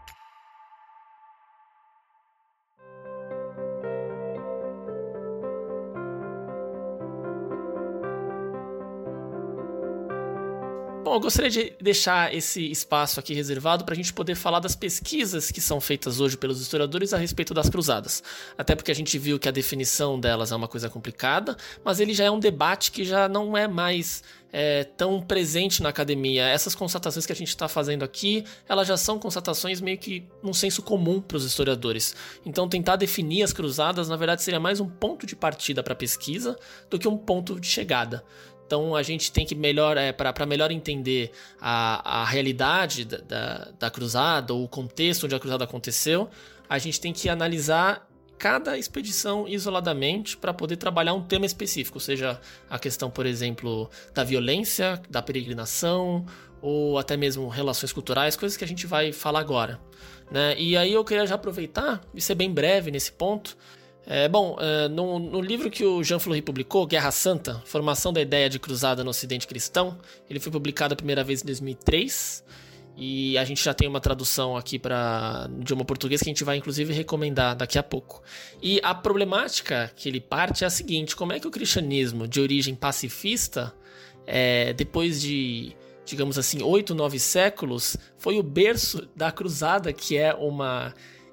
Bom, eu gostaria de deixar esse espaço aqui reservado para a gente poder falar das pesquisas que são feitas hoje pelos historiadores a respeito das cruzadas. Até porque a gente viu que a definição delas é uma coisa complicada, mas ele já é um debate que já não é mais é, tão presente na academia. Essas constatações que a gente está fazendo aqui, elas já são constatações meio que num senso comum para os historiadores. Então tentar definir as cruzadas, na verdade, seria mais um ponto de partida para a pesquisa do que um ponto de chegada. Então a gente tem que melhor, é, para melhor entender a, a realidade da, da, da cruzada, ou o contexto onde a cruzada aconteceu, a gente tem que analisar cada expedição isoladamente para poder trabalhar um tema específico, seja a questão, por exemplo, da violência, da peregrinação, ou até mesmo relações culturais, coisas que a gente vai falar agora, né? E aí eu queria já aproveitar e ser bem breve nesse ponto. É, bom, é, no, no livro que o Jean Fleury publicou, Guerra Santa, Formação da Ideia de Cruzada no Ocidente Cristão, ele foi publicado a primeira vez em dois mil e três, e a gente já tem uma tradução aqui para idioma português que a gente vai inclusive recomendar daqui a pouco. E a problemática que ele parte é a seguinte: como é que o cristianismo de origem pacifista, é, depois de, digamos assim, oito, nove séculos, foi o berço da cruzada, que é uma...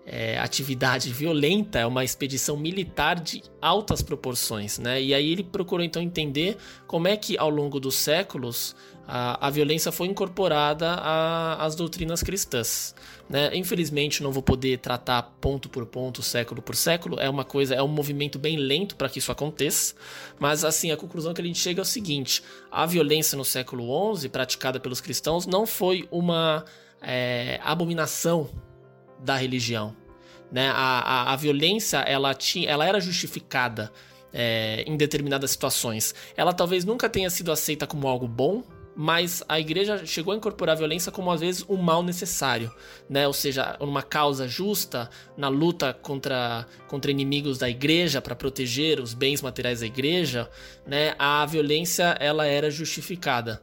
é, atividade violenta, é uma expedição militar de altas proporções, né? E aí ele procurou então entender como é que ao longo dos séculos a, a violência foi incorporada às doutrinas cristãs, né? Infelizmente não vou poder tratar ponto por ponto, século por século, é uma coisa, é um movimento bem lento para que isso aconteça, mas assim, a conclusão que a gente chega é o seguinte: a violência no século onze, praticada pelos cristãos, não foi uma é, abominação da religião, né? A, a, a violência ela, tinha, ela era justificada é, em determinadas situações. Ela talvez nunca tenha sido aceita como algo bom, mas a igreja chegou a incorporar a violência como às vezes um mal necessário, né? Ou seja, uma causa justa na luta contra, contra inimigos da igreja para proteger os bens materiais da igreja, né? A violência ela era justificada.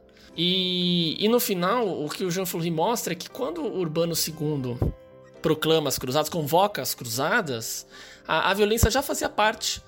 E, e no final, o que o Jean Fleury mostra é que quando Urbano segundo proclama as cruzadas, convoca as cruzadas, a, a violência já fazia parte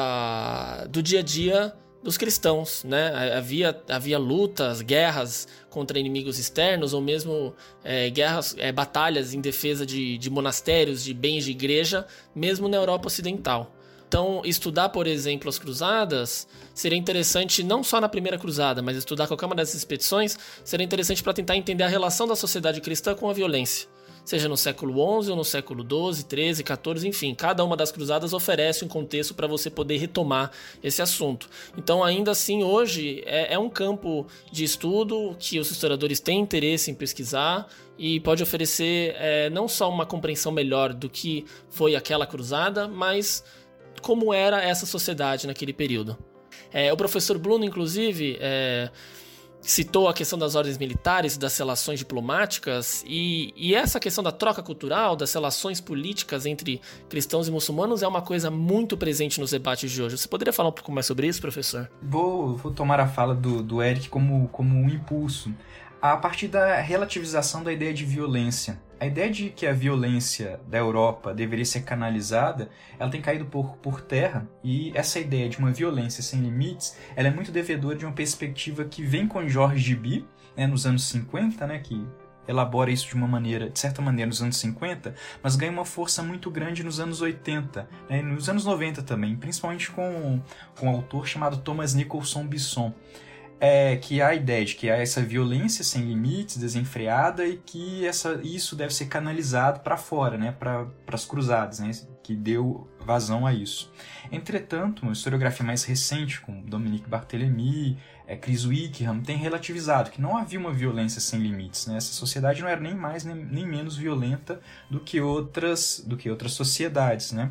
da, do dia a dia dos cristãos, né? Havia, havia lutas, guerras contra inimigos externos, ou mesmo é, guerras, é, batalhas em defesa de, de monastérios, de bens de igreja, mesmo na Europa Ocidental. Então, estudar, por exemplo, as cruzadas seria interessante não só na primeira cruzada, mas estudar qualquer uma dessas expedições seria interessante para tentar entender a relação da sociedade cristã com a violência. Seja no século onze ou no século doze, treze, quatorze, enfim, cada uma das cruzadas oferece um contexto para você poder retomar esse assunto. Então, ainda assim, hoje é, é um campo de estudo que os historiadores têm interesse em pesquisar e pode oferecer é, não só uma compreensão melhor do que foi aquela cruzada, mas como era essa sociedade naquele período. É, o professor Bluno, inclusive, é, citou a questão das ordens militares, das relações diplomáticas e, e essa questão da troca cultural, das relações políticas entre cristãos e muçulmanos é uma coisa muito presente nos debates de hoje. Você poderia falar um pouco mais sobre isso, professor? Vou, vou tomar a fala do, do Eric como, como um impulso. A partir da relativização da ideia de violência. A ideia de que a violência da Europa deveria ser canalizada, ela tem caído por, por terra, e essa ideia de uma violência sem limites, ela é muito devedora de uma perspectiva que vem com Georges Duby, né, nos anos cinquenta, né, que elabora isso de uma maneira, de certa maneira, nos anos cinquenta, mas ganha uma força muito grande nos anos oitenta, né, e nos anos noventa também, principalmente com, com um autor chamado Thomas Nicholson Bisson. É, que há a ideia de que há essa violência sem limites, desenfreada, e que essa, isso deve ser canalizado para fora, né, para as cruzadas, né, que deu vazão a isso. Entretanto, uma historiografia mais recente, com Dominique Barthélemy, é, Chris Wickham, tem relativizado que não havia uma violência sem limites, né, essa sociedade não era nem mais nem, nem menos violenta do que outras, do que outras sociedades, né.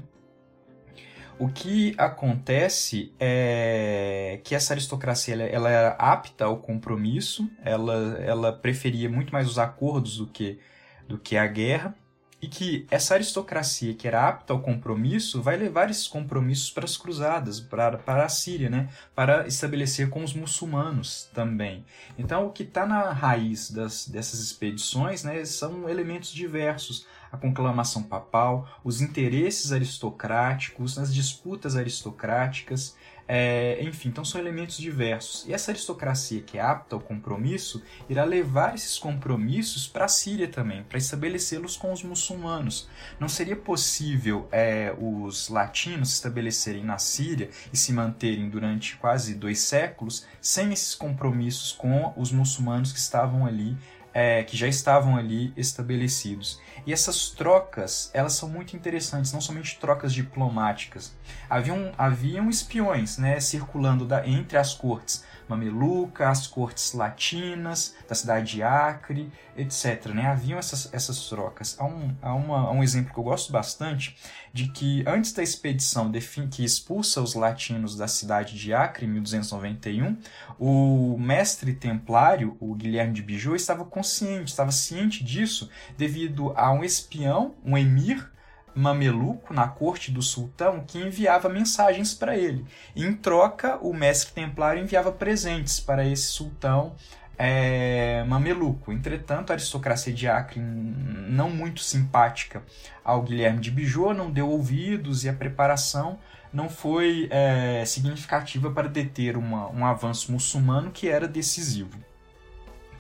O que acontece é que essa aristocracia ela, ela era apta ao compromisso, ela, ela preferia muito mais os acordos do que, do que a guerra, e que essa aristocracia que era apta ao compromisso vai levar esses compromissos para as cruzadas, para, para a Síria, né? Para estabelecer com os muçulmanos também. Então, o que está na raiz das, dessas expedições, né, são elementos diversos. A conclamação papal, os interesses aristocráticos, as disputas aristocráticas, é, enfim, então são elementos diversos. E essa aristocracia que é apta ao compromisso irá levar esses compromissos para a Síria também, para estabelecê-los com os muçulmanos. Não seria possível é, os latinos se estabelecerem na Síria e se manterem durante quase dois séculos sem esses compromissos com os muçulmanos que estavam ali, É, que já estavam ali estabelecidos. E essas trocas, elas são muito interessantes, não somente trocas diplomáticas. Haviam, haviam espiões, né, circulando da, entre as cortes mameluca, as cortes latinas, da cidade de Acre, etcétera. Né? Haviam essas, essas trocas. Há um, há, uma, há um exemplo que eu gosto bastante, de que antes da expedição que expulsa os latinos da cidade de Acre, em mil duzentos e noventa e um, o mestre templário, o Guilherme de Bijou, estava consciente, estava ciente disso devido a um espião, um emir mameluco na corte do sultão que enviava mensagens para ele. E, em troca, o mestre templário enviava presentes para esse sultão é, mameluco. Entretanto, a aristocracia de Acre, não muito simpática ao Guilherme de Bijou, não deu ouvidos e a preparação não foi é, significativa para deter uma, um avanço muçulmano que era decisivo.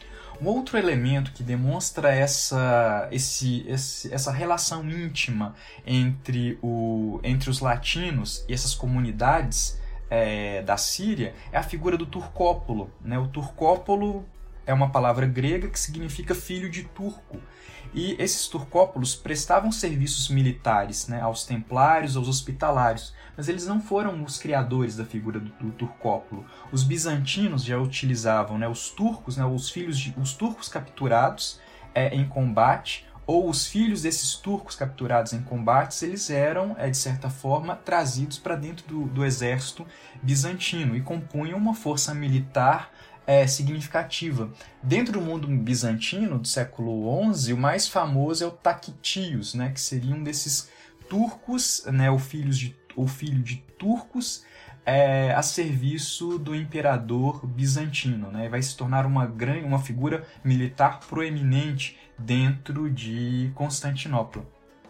Um outro elemento que demonstra essa, esse, esse, essa relação íntima entre, o, entre os latinos e essas comunidades é, da Síria é a figura do Turcópolo, né? O Turcópolo é uma palavra grega que significa filho de turco. E esses turcópolos prestavam serviços militares, né, aos templários, aos hospitalários, mas eles não foram os criadores da figura do, do turcópolo. Os bizantinos já utilizavam, né, os turcos, né, os filhos de, os turcos capturados é, em combate, ou os filhos desses turcos capturados em combates, eles eram, é, de certa forma, trazidos para dentro do, do exército bizantino e compunham uma força militar É, significativa. Dentro do mundo bizantino do século onze, o mais famoso é o Taquitios, né, que seria um desses turcos, né, o, filhos de, o filho de turcos é, a serviço do imperador bizantino, né, vai se tornar uma, grande, uma figura militar proeminente dentro de Constantinopla.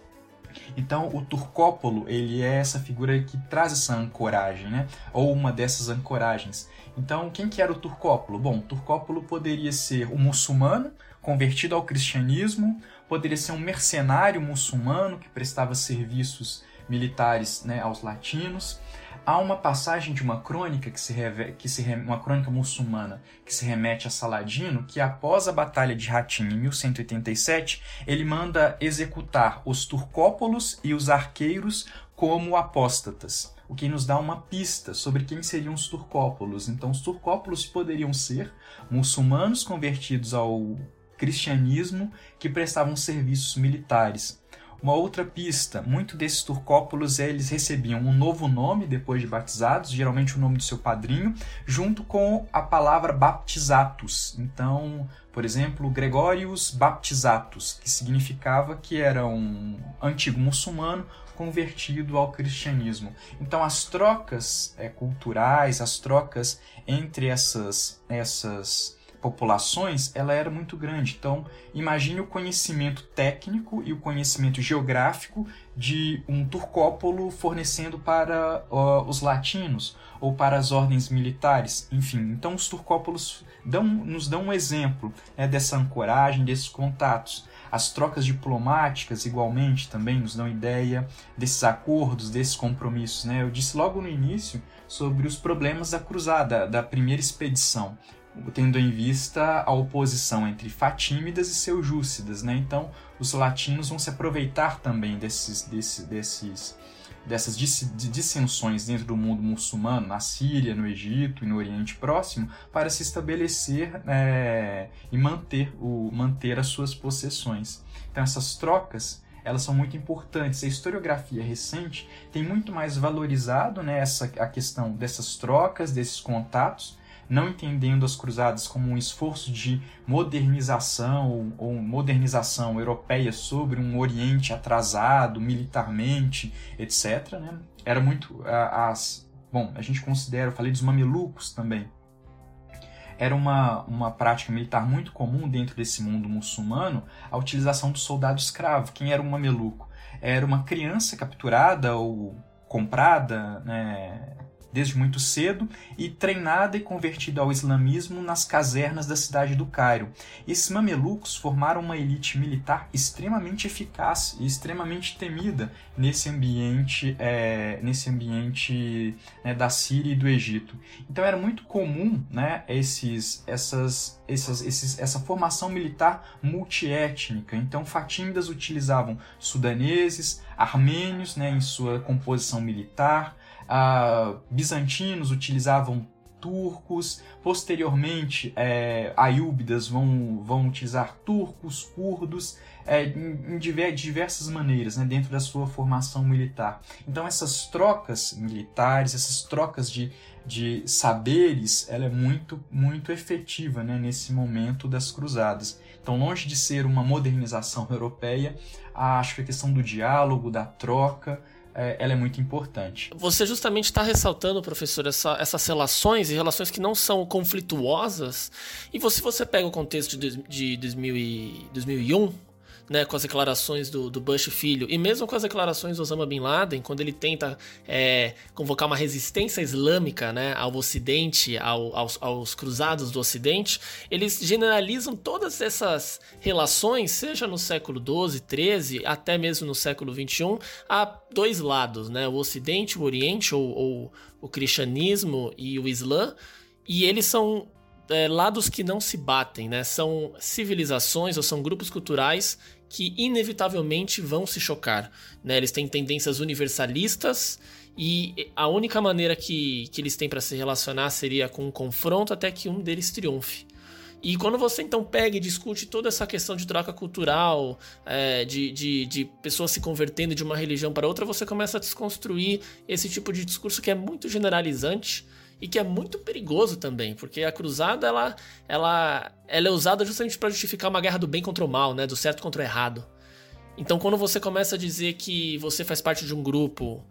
Então, o Turcópolo, ele é essa figura que traz essa ancoragem, né? Ou uma dessas ancoragens. Então, quem que era o Turcópolo? Bom, o Turcópolo poderia ser um muçulmano convertido ao cristianismo, poderia ser um mercenário muçulmano que prestava serviços militares, né, aos latinos. Há uma passagem de uma crônica que se, reve... que se uma crônica muçulmana que se remete a Saladino, que após a Batalha de Hattin em mil cento e oitenta e sete, ele manda executar os turcópolos e os arqueiros como apóstatas, o que nos dá uma pista sobre quem seriam os turcópolos. Então, os turcópolos poderiam ser muçulmanos convertidos ao cristianismo que prestavam serviços militares. Uma outra pista, muitos desses turcópolos eles recebiam um novo nome depois de batizados, geralmente o nome do seu padrinho, junto com a palavra baptizatus. Então, por exemplo, Gregorius Baptizatus, que significava que era um antigo muçulmano convertido ao cristianismo. Então, as trocas é, culturais, as trocas entre essas, essas populações, ela era muito grande. Então, imagine o conhecimento técnico e o conhecimento geográfico de um turcópolo fornecendo para uh, os latinos ou para as ordens militares. Enfim, então os turcópolos dão, nos dão um exemplo, né, dessa ancoragem, desses contatos. As trocas diplomáticas, igualmente, também nos dão ideia desses acordos, desses compromissos, né? Eu disse logo no início sobre os problemas da cruzada, da primeira expedição, tendo em vista a oposição entre fatímidas e seljúcidas, né? Então, os latinos vão se aproveitar também desses, desses, desses, dessas dissensões dentro do mundo muçulmano, na Síria, no Egito e no Oriente Próximo, para se estabelecer é, e manter, o, manter as suas possessões. Então, essas trocas, elas são muito importantes. A historiografia recente tem muito mais valorizado, né, essa, a questão dessas trocas, desses contatos, não entendendo as cruzadas como um esforço de modernização ou modernização europeia sobre um Oriente atrasado militarmente, etcétera, né? Era muito as, bom, a gente considera, eu falei dos mamelucos também. Era uma, uma prática militar muito comum dentro desse mundo muçulmano a utilização do soldado escravo. Quem era um mameluco? Era uma criança capturada ou comprada, né, desde muito cedo, e treinada e convertida ao islamismo nas casernas da cidade do Cairo. Esses mamelucos formaram uma elite militar extremamente eficaz e extremamente temida nesse ambiente, é, nesse ambiente né, da Síria e do Egito. Então era muito comum, né, esses, essas, essas, esses, essa formação militar multiétnica. Então fatímidas utilizavam sudaneses, armênios, né, em sua composição militar. Uh, bizantinos utilizavam turcos, posteriormente é, aiúbidas vão, vão utilizar turcos, curdos, é, em, em diversas maneiras, né, dentro da sua formação militar. Então essas trocas militares, essas trocas de, de saberes, ela é muito, muito efetiva, né, nesse momento das cruzadas. Então, longe de ser uma modernização europeia, acho que a questão do diálogo, da troca, ela é muito importante. Você justamente está ressaltando, professor, essa, essas relações e relações que não são conflituosas. E se você, você pega o contexto de, de dois mil e um, né, com as declarações do, do Bush filho, e mesmo com as declarações do Osama Bin Laden, quando ele tenta é, convocar uma resistência islâmica, né, ao Ocidente, ao, aos, aos cruzados do Ocidente, eles generalizam todas essas relações, seja no século doze, treze, até mesmo no século vinte e um, a dois lados, né, o Ocidente, o Oriente, ou, ou o cristianismo e o Islã, e eles são é, lados que não se batem, né? São civilizações ou são grupos culturais que inevitavelmente vão se chocar, né? Eles têm tendências universalistas e a única maneira que, que eles têm para se relacionar seria com um confronto até que um deles triunfe. E quando você então pega e discute toda essa questão de troca cultural, é, de, de, de pessoas se convertendo de uma religião para outra, você começa a desconstruir esse tipo de discurso que é muito generalizante e que é muito perigoso também, porque a cruzada ela, ela, ela é usada justamente para justificar uma guerra do bem contra o mal, né, do certo contra o errado. Então quando você começa a dizer que você faz parte de um grupo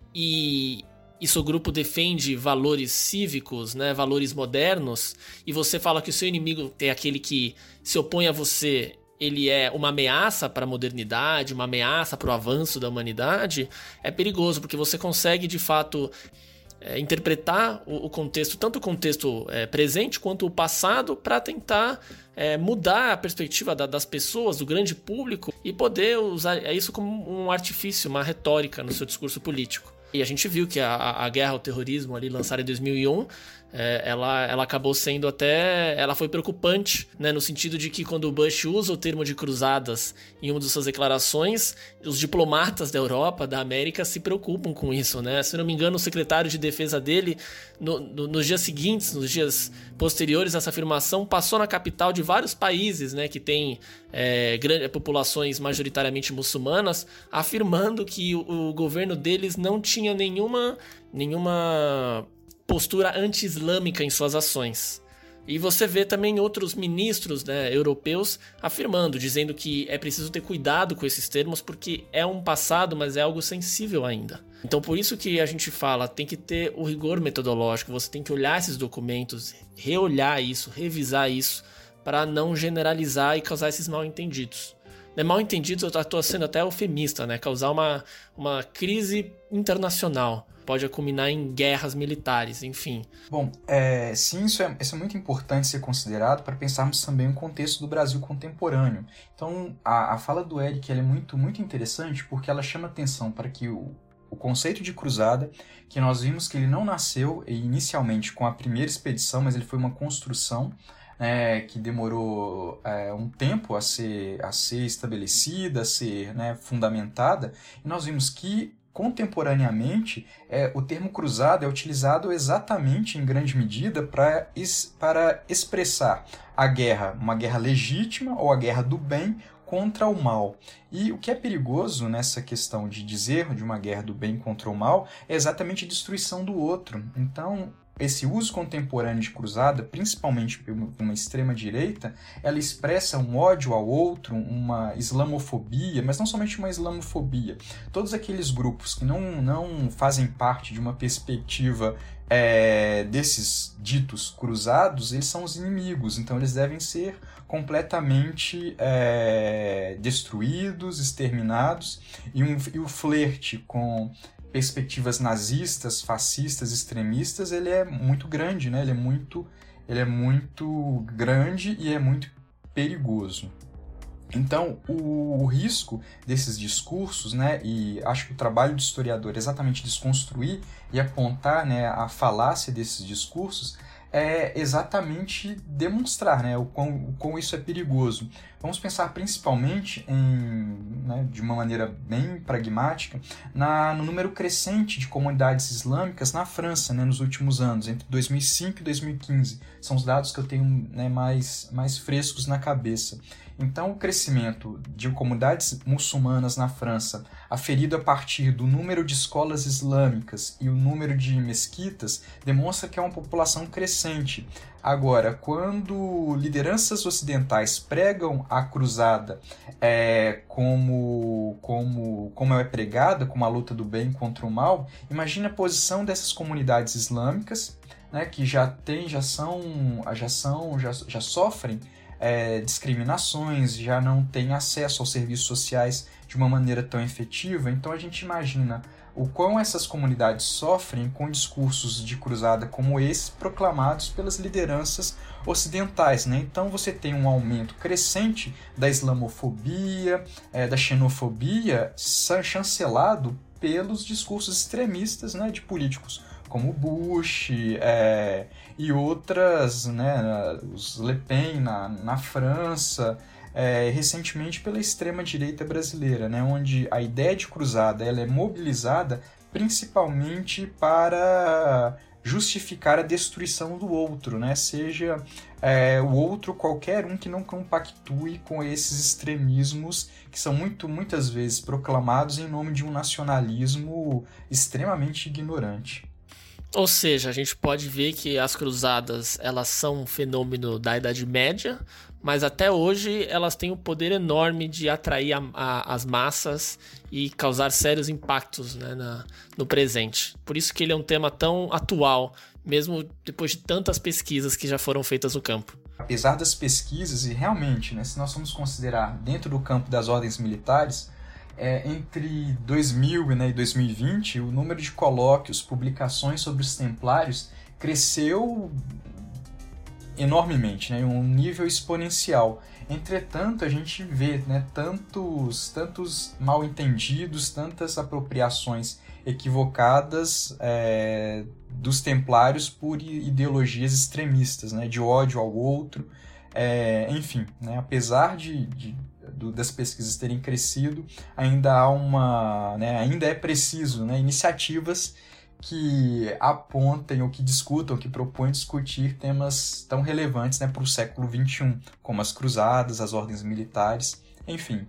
e... e seu grupo defende valores cívicos, né, valores modernos, e você fala que o seu inimigo é aquele que se opõe a você, ele é uma ameaça para a modernidade, uma ameaça para o avanço da humanidade, é perigoso, porque você consegue, de fato, é, interpretar o, o contexto, tanto o contexto é, presente quanto o passado, para tentar é, mudar a perspectiva da, das pessoas, do grande público, e poder usar isso como um artifício, uma retórica no seu discurso político. E a gente viu que a, a guerra ao terrorismo ali lançada em dois mil e um, é, ela, ela acabou sendo até... Ela foi preocupante, né, no sentido de que quando o Bush usa o termo de cruzadas em uma de suas declarações, os diplomatas da Europa, da América, se preocupam com isso, né? Se não me engano, o secretário de defesa dele, no, no, nos dias seguintes, nos dias posteriores a essa afirmação, passou na capital de vários países, né, que tem é, grandes, populações majoritariamente muçulmanas, afirmando que o, o governo deles não tinha nenhuma, nenhuma postura anti-islâmica em suas ações. E você vê também outros ministros, né, europeus afirmando, dizendo que é preciso ter cuidado com esses termos porque é um passado, mas é algo sensível ainda. Então por isso que a gente fala, tem que ter o rigor metodológico, você tem que olhar esses documentos, reolhar isso, revisar isso, para não generalizar e causar esses mal-entendidos. Né, mal-entendidos, eu estou sendo até eufemista, né, causar uma, uma crise internacional. Pode culminar em guerras militares, enfim. Bom, é, sim, isso é, isso é muito importante ser considerado para pensarmos também o contexto do Brasil contemporâneo. Então, a, a fala do Eric ela é muito, muito interessante porque ela chama atenção para que o, o conceito de cruzada, que nós vimos que ele não nasceu inicialmente com a primeira expedição, mas ele foi uma construção É, que demorou é, um tempo a ser, a ser estabelecida, a ser, né, fundamentada, e nós vimos que, contemporaneamente, é, o termo cruzado é utilizado exatamente, em grande medida, pra es, para expressar a guerra, uma guerra legítima ou a guerra do bem contra o mal. E o que é perigoso nessa questão de dizer de uma guerra do bem contra o mal é exatamente a destruição do outro. Então, esse uso contemporâneo de cruzada, principalmente por uma extrema-direita, ela expressa um ódio ao outro, uma islamofobia, mas não somente uma islamofobia. Todos aqueles grupos que não, não fazem parte de uma perspectiva é, desses ditos cruzados, eles são os inimigos, então eles devem ser completamente é, destruídos, exterminados, e, um, e o flerte com perspectivas nazistas, fascistas, extremistas, ele é muito grande, né? Ele é muito, ele é muito grande e é muito perigoso. Então, o, o risco desses discursos, né, e acho que o trabalho do historiador é exatamente desconstruir e apontar, né, a falácia desses discursos, é exatamente demonstrar, né, o, quão, o quão isso é perigoso. Vamos pensar principalmente, em, né, de uma maneira bem pragmática, na, no número crescente de comunidades islâmicas na França, né, nos últimos anos, entre dois mil e cinco e dois mil e quinze. São os dados que eu tenho, né, mais, mais frescos na cabeça. Então, o crescimento de comunidades muçulmanas na França, aferido a partir do número de escolas islâmicas e o número de mesquitas, demonstra que é uma população crescente. Agora, quando lideranças ocidentais pregam a cruzada é, como, como, como é pregada, como a luta do bem contra o mal, imagine a posição dessas comunidades islâmicas, né, que já, tem, já, são, já, são, já, já sofrem é, discriminações, já não têm acesso aos serviços sociais de uma maneira tão efetiva. Então a gente imagina o quão essas comunidades sofrem com discursos de cruzada como esse proclamados pelas lideranças ocidentais, né? Então você tem um aumento crescente da islamofobia, é, da xenofobia, chancelado pelos discursos extremistas, né, de políticos como Bush é, e outras, né, os Le Pen na, na França, é, recentemente pela extrema-direita brasileira, né, onde a ideia de cruzada ela é mobilizada principalmente para justificar a destruição do outro, né, seja é, o outro qualquer um que não compactue com esses extremismos que são muito, muitas vezes proclamados em nome de um nacionalismo extremamente ignorante. Ou seja, a gente pode ver que as cruzadas elas são um fenômeno da Idade Média, mas até hoje elas têm o poder enorme de atrair a, a, as massas e causar sérios impactos, né, na, no presente. Por isso que ele é um tema tão atual, mesmo depois de tantas pesquisas que já foram feitas no campo. Apesar das pesquisas, e realmente, né, se nós formos considerar dentro do campo das ordens militares, é, entre dois mil, né, e dois mil e vinte, o número de colóquios, publicações sobre os templários cresceu enormemente, né, em um nível exponencial. Entretanto, a gente vê, né, tantos, tantos mal-entendidos, tantas apropriações equivocadas é, dos templários por ideologias extremistas, né, de ódio ao outro. É, enfim, né, apesar de, de, do, das pesquisas terem crescido, ainda há uma, né, ainda é preciso, né, iniciativas que apontem ou que discutam, que propõem discutir temas tão relevantes, né, para o século vinte e um, como as cruzadas, as ordens militares, enfim.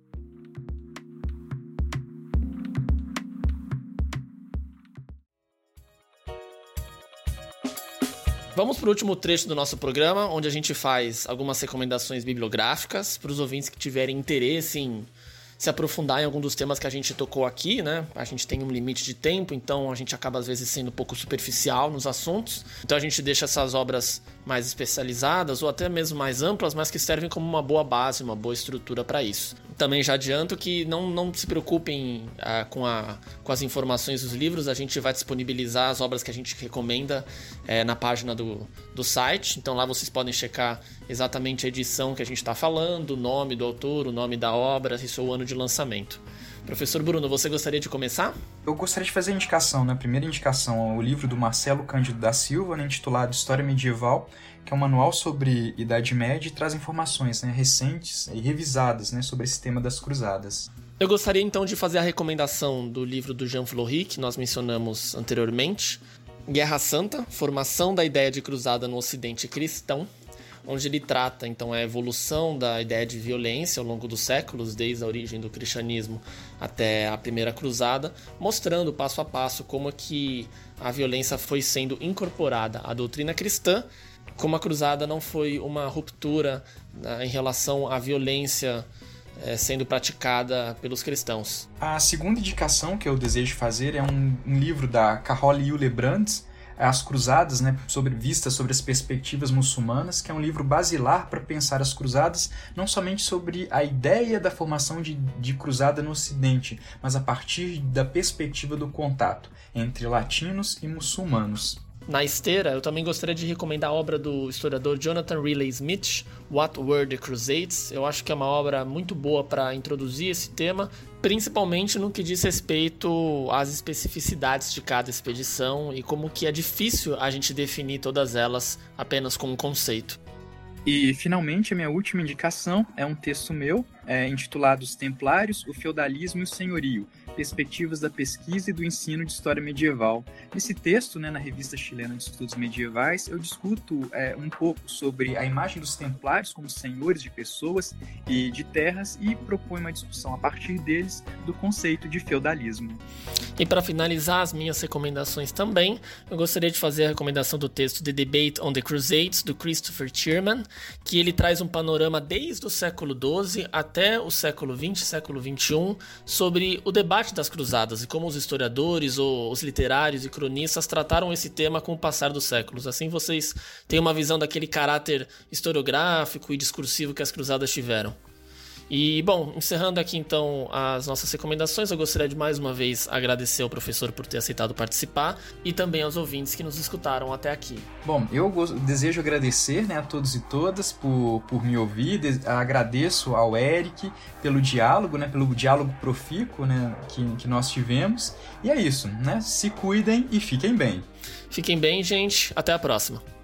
Vamos para o último trecho do nosso programa, onde a gente faz algumas recomendações bibliográficas para os ouvintes que tiverem interesse em se aprofundar em algum dos temas que a gente tocou aqui, né? A gente tem um limite de tempo, então a gente acaba às vezes sendo um pouco superficial nos assuntos. Então a gente deixa essas obras mais especializadas ou até mesmo mais amplas, mas que servem como uma boa base, uma boa estrutura para isso. Também já adianto que não, não se preocupem ah, com, a, com as informações dos livros, a gente vai disponibilizar as obras que a gente recomenda é, na página do, do site, então lá vocês podem checar exatamente a edição que a gente está falando, o nome do autor, o nome da obra e seu ano de lançamento. Professor Bruno, você gostaria de começar? Eu gostaria de fazer a indicação, né? A primeira indicação é o livro do Marcelo Cândido da Silva, né, intitulado História Medieval, que é um manual sobre Idade Média e traz informações, né, recentes e revisadas, né, sobre esse tema das cruzadas. Eu gostaria então de fazer a recomendação do livro do Jean Flory, que nós mencionamos anteriormente, Guerra Santa, Formação da Ideia de Cruzada no Ocidente Cristão, onde ele trata então a evolução da ideia de violência ao longo dos séculos, desde a origem do cristianismo até a Primeira Cruzada, mostrando passo a passo como que a violência foi sendo incorporada à doutrina cristã, como a cruzada não foi uma ruptura, né, em relação à violência é, sendo praticada pelos cristãos. A segunda indicação que eu desejo fazer é um, um livro da Carole Hillebrandt, As Cruzadas, né, sobre, vistas sobre as perspectivas muçulmanas, que é um livro basilar para pensar as cruzadas, não somente sobre a ideia da formação de, de cruzada no Ocidente, mas a partir da perspectiva do contato entre latinos e muçulmanos. Na esteira, eu também gostaria de recomendar a obra do historiador Jonathan Riley Smith, What Were the Crusades? Eu acho que é uma obra muito boa para introduzir esse tema, principalmente no que diz respeito às especificidades de cada expedição e como que é difícil a gente definir todas elas apenas com um conceito. E, finalmente, a minha última indicação é um texto meu, é, intitulado Os Templários, o Feudalismo e o Senhorio, Perspectivas da Pesquisa e do Ensino de História Medieval. Nesse texto, né, na Revista Chilena de Estudos Medievais, eu discuto é, um pouco sobre a imagem dos templários como senhores de pessoas e de terras e proponho uma discussão a partir deles do conceito de feudalismo. E para finalizar as minhas recomendações também, eu gostaria de fazer a recomendação do texto The Debate on the Crusades, do Christopher Tierman, que ele traz um panorama desde o século doze até até o século vinte, século vinte e um, sobre o debate das cruzadas e como os historiadores ou os literários e cronistas trataram esse tema com o passar dos séculos. Assim vocês têm uma visão daquele caráter historiográfico e discursivo que as cruzadas tiveram. E, bom, encerrando aqui então as nossas recomendações, eu gostaria de mais uma vez agradecer ao professor por ter aceitado participar e também aos ouvintes que nos escutaram até aqui. Bom, eu desejo agradecer, né, a todos e todas por, por me ouvir, agradeço ao Eric pelo diálogo, né, pelo diálogo profícuo, né, que, que nós tivemos, e é isso, né, se cuidem e fiquem bem. Fiquem bem, gente, até a próxima.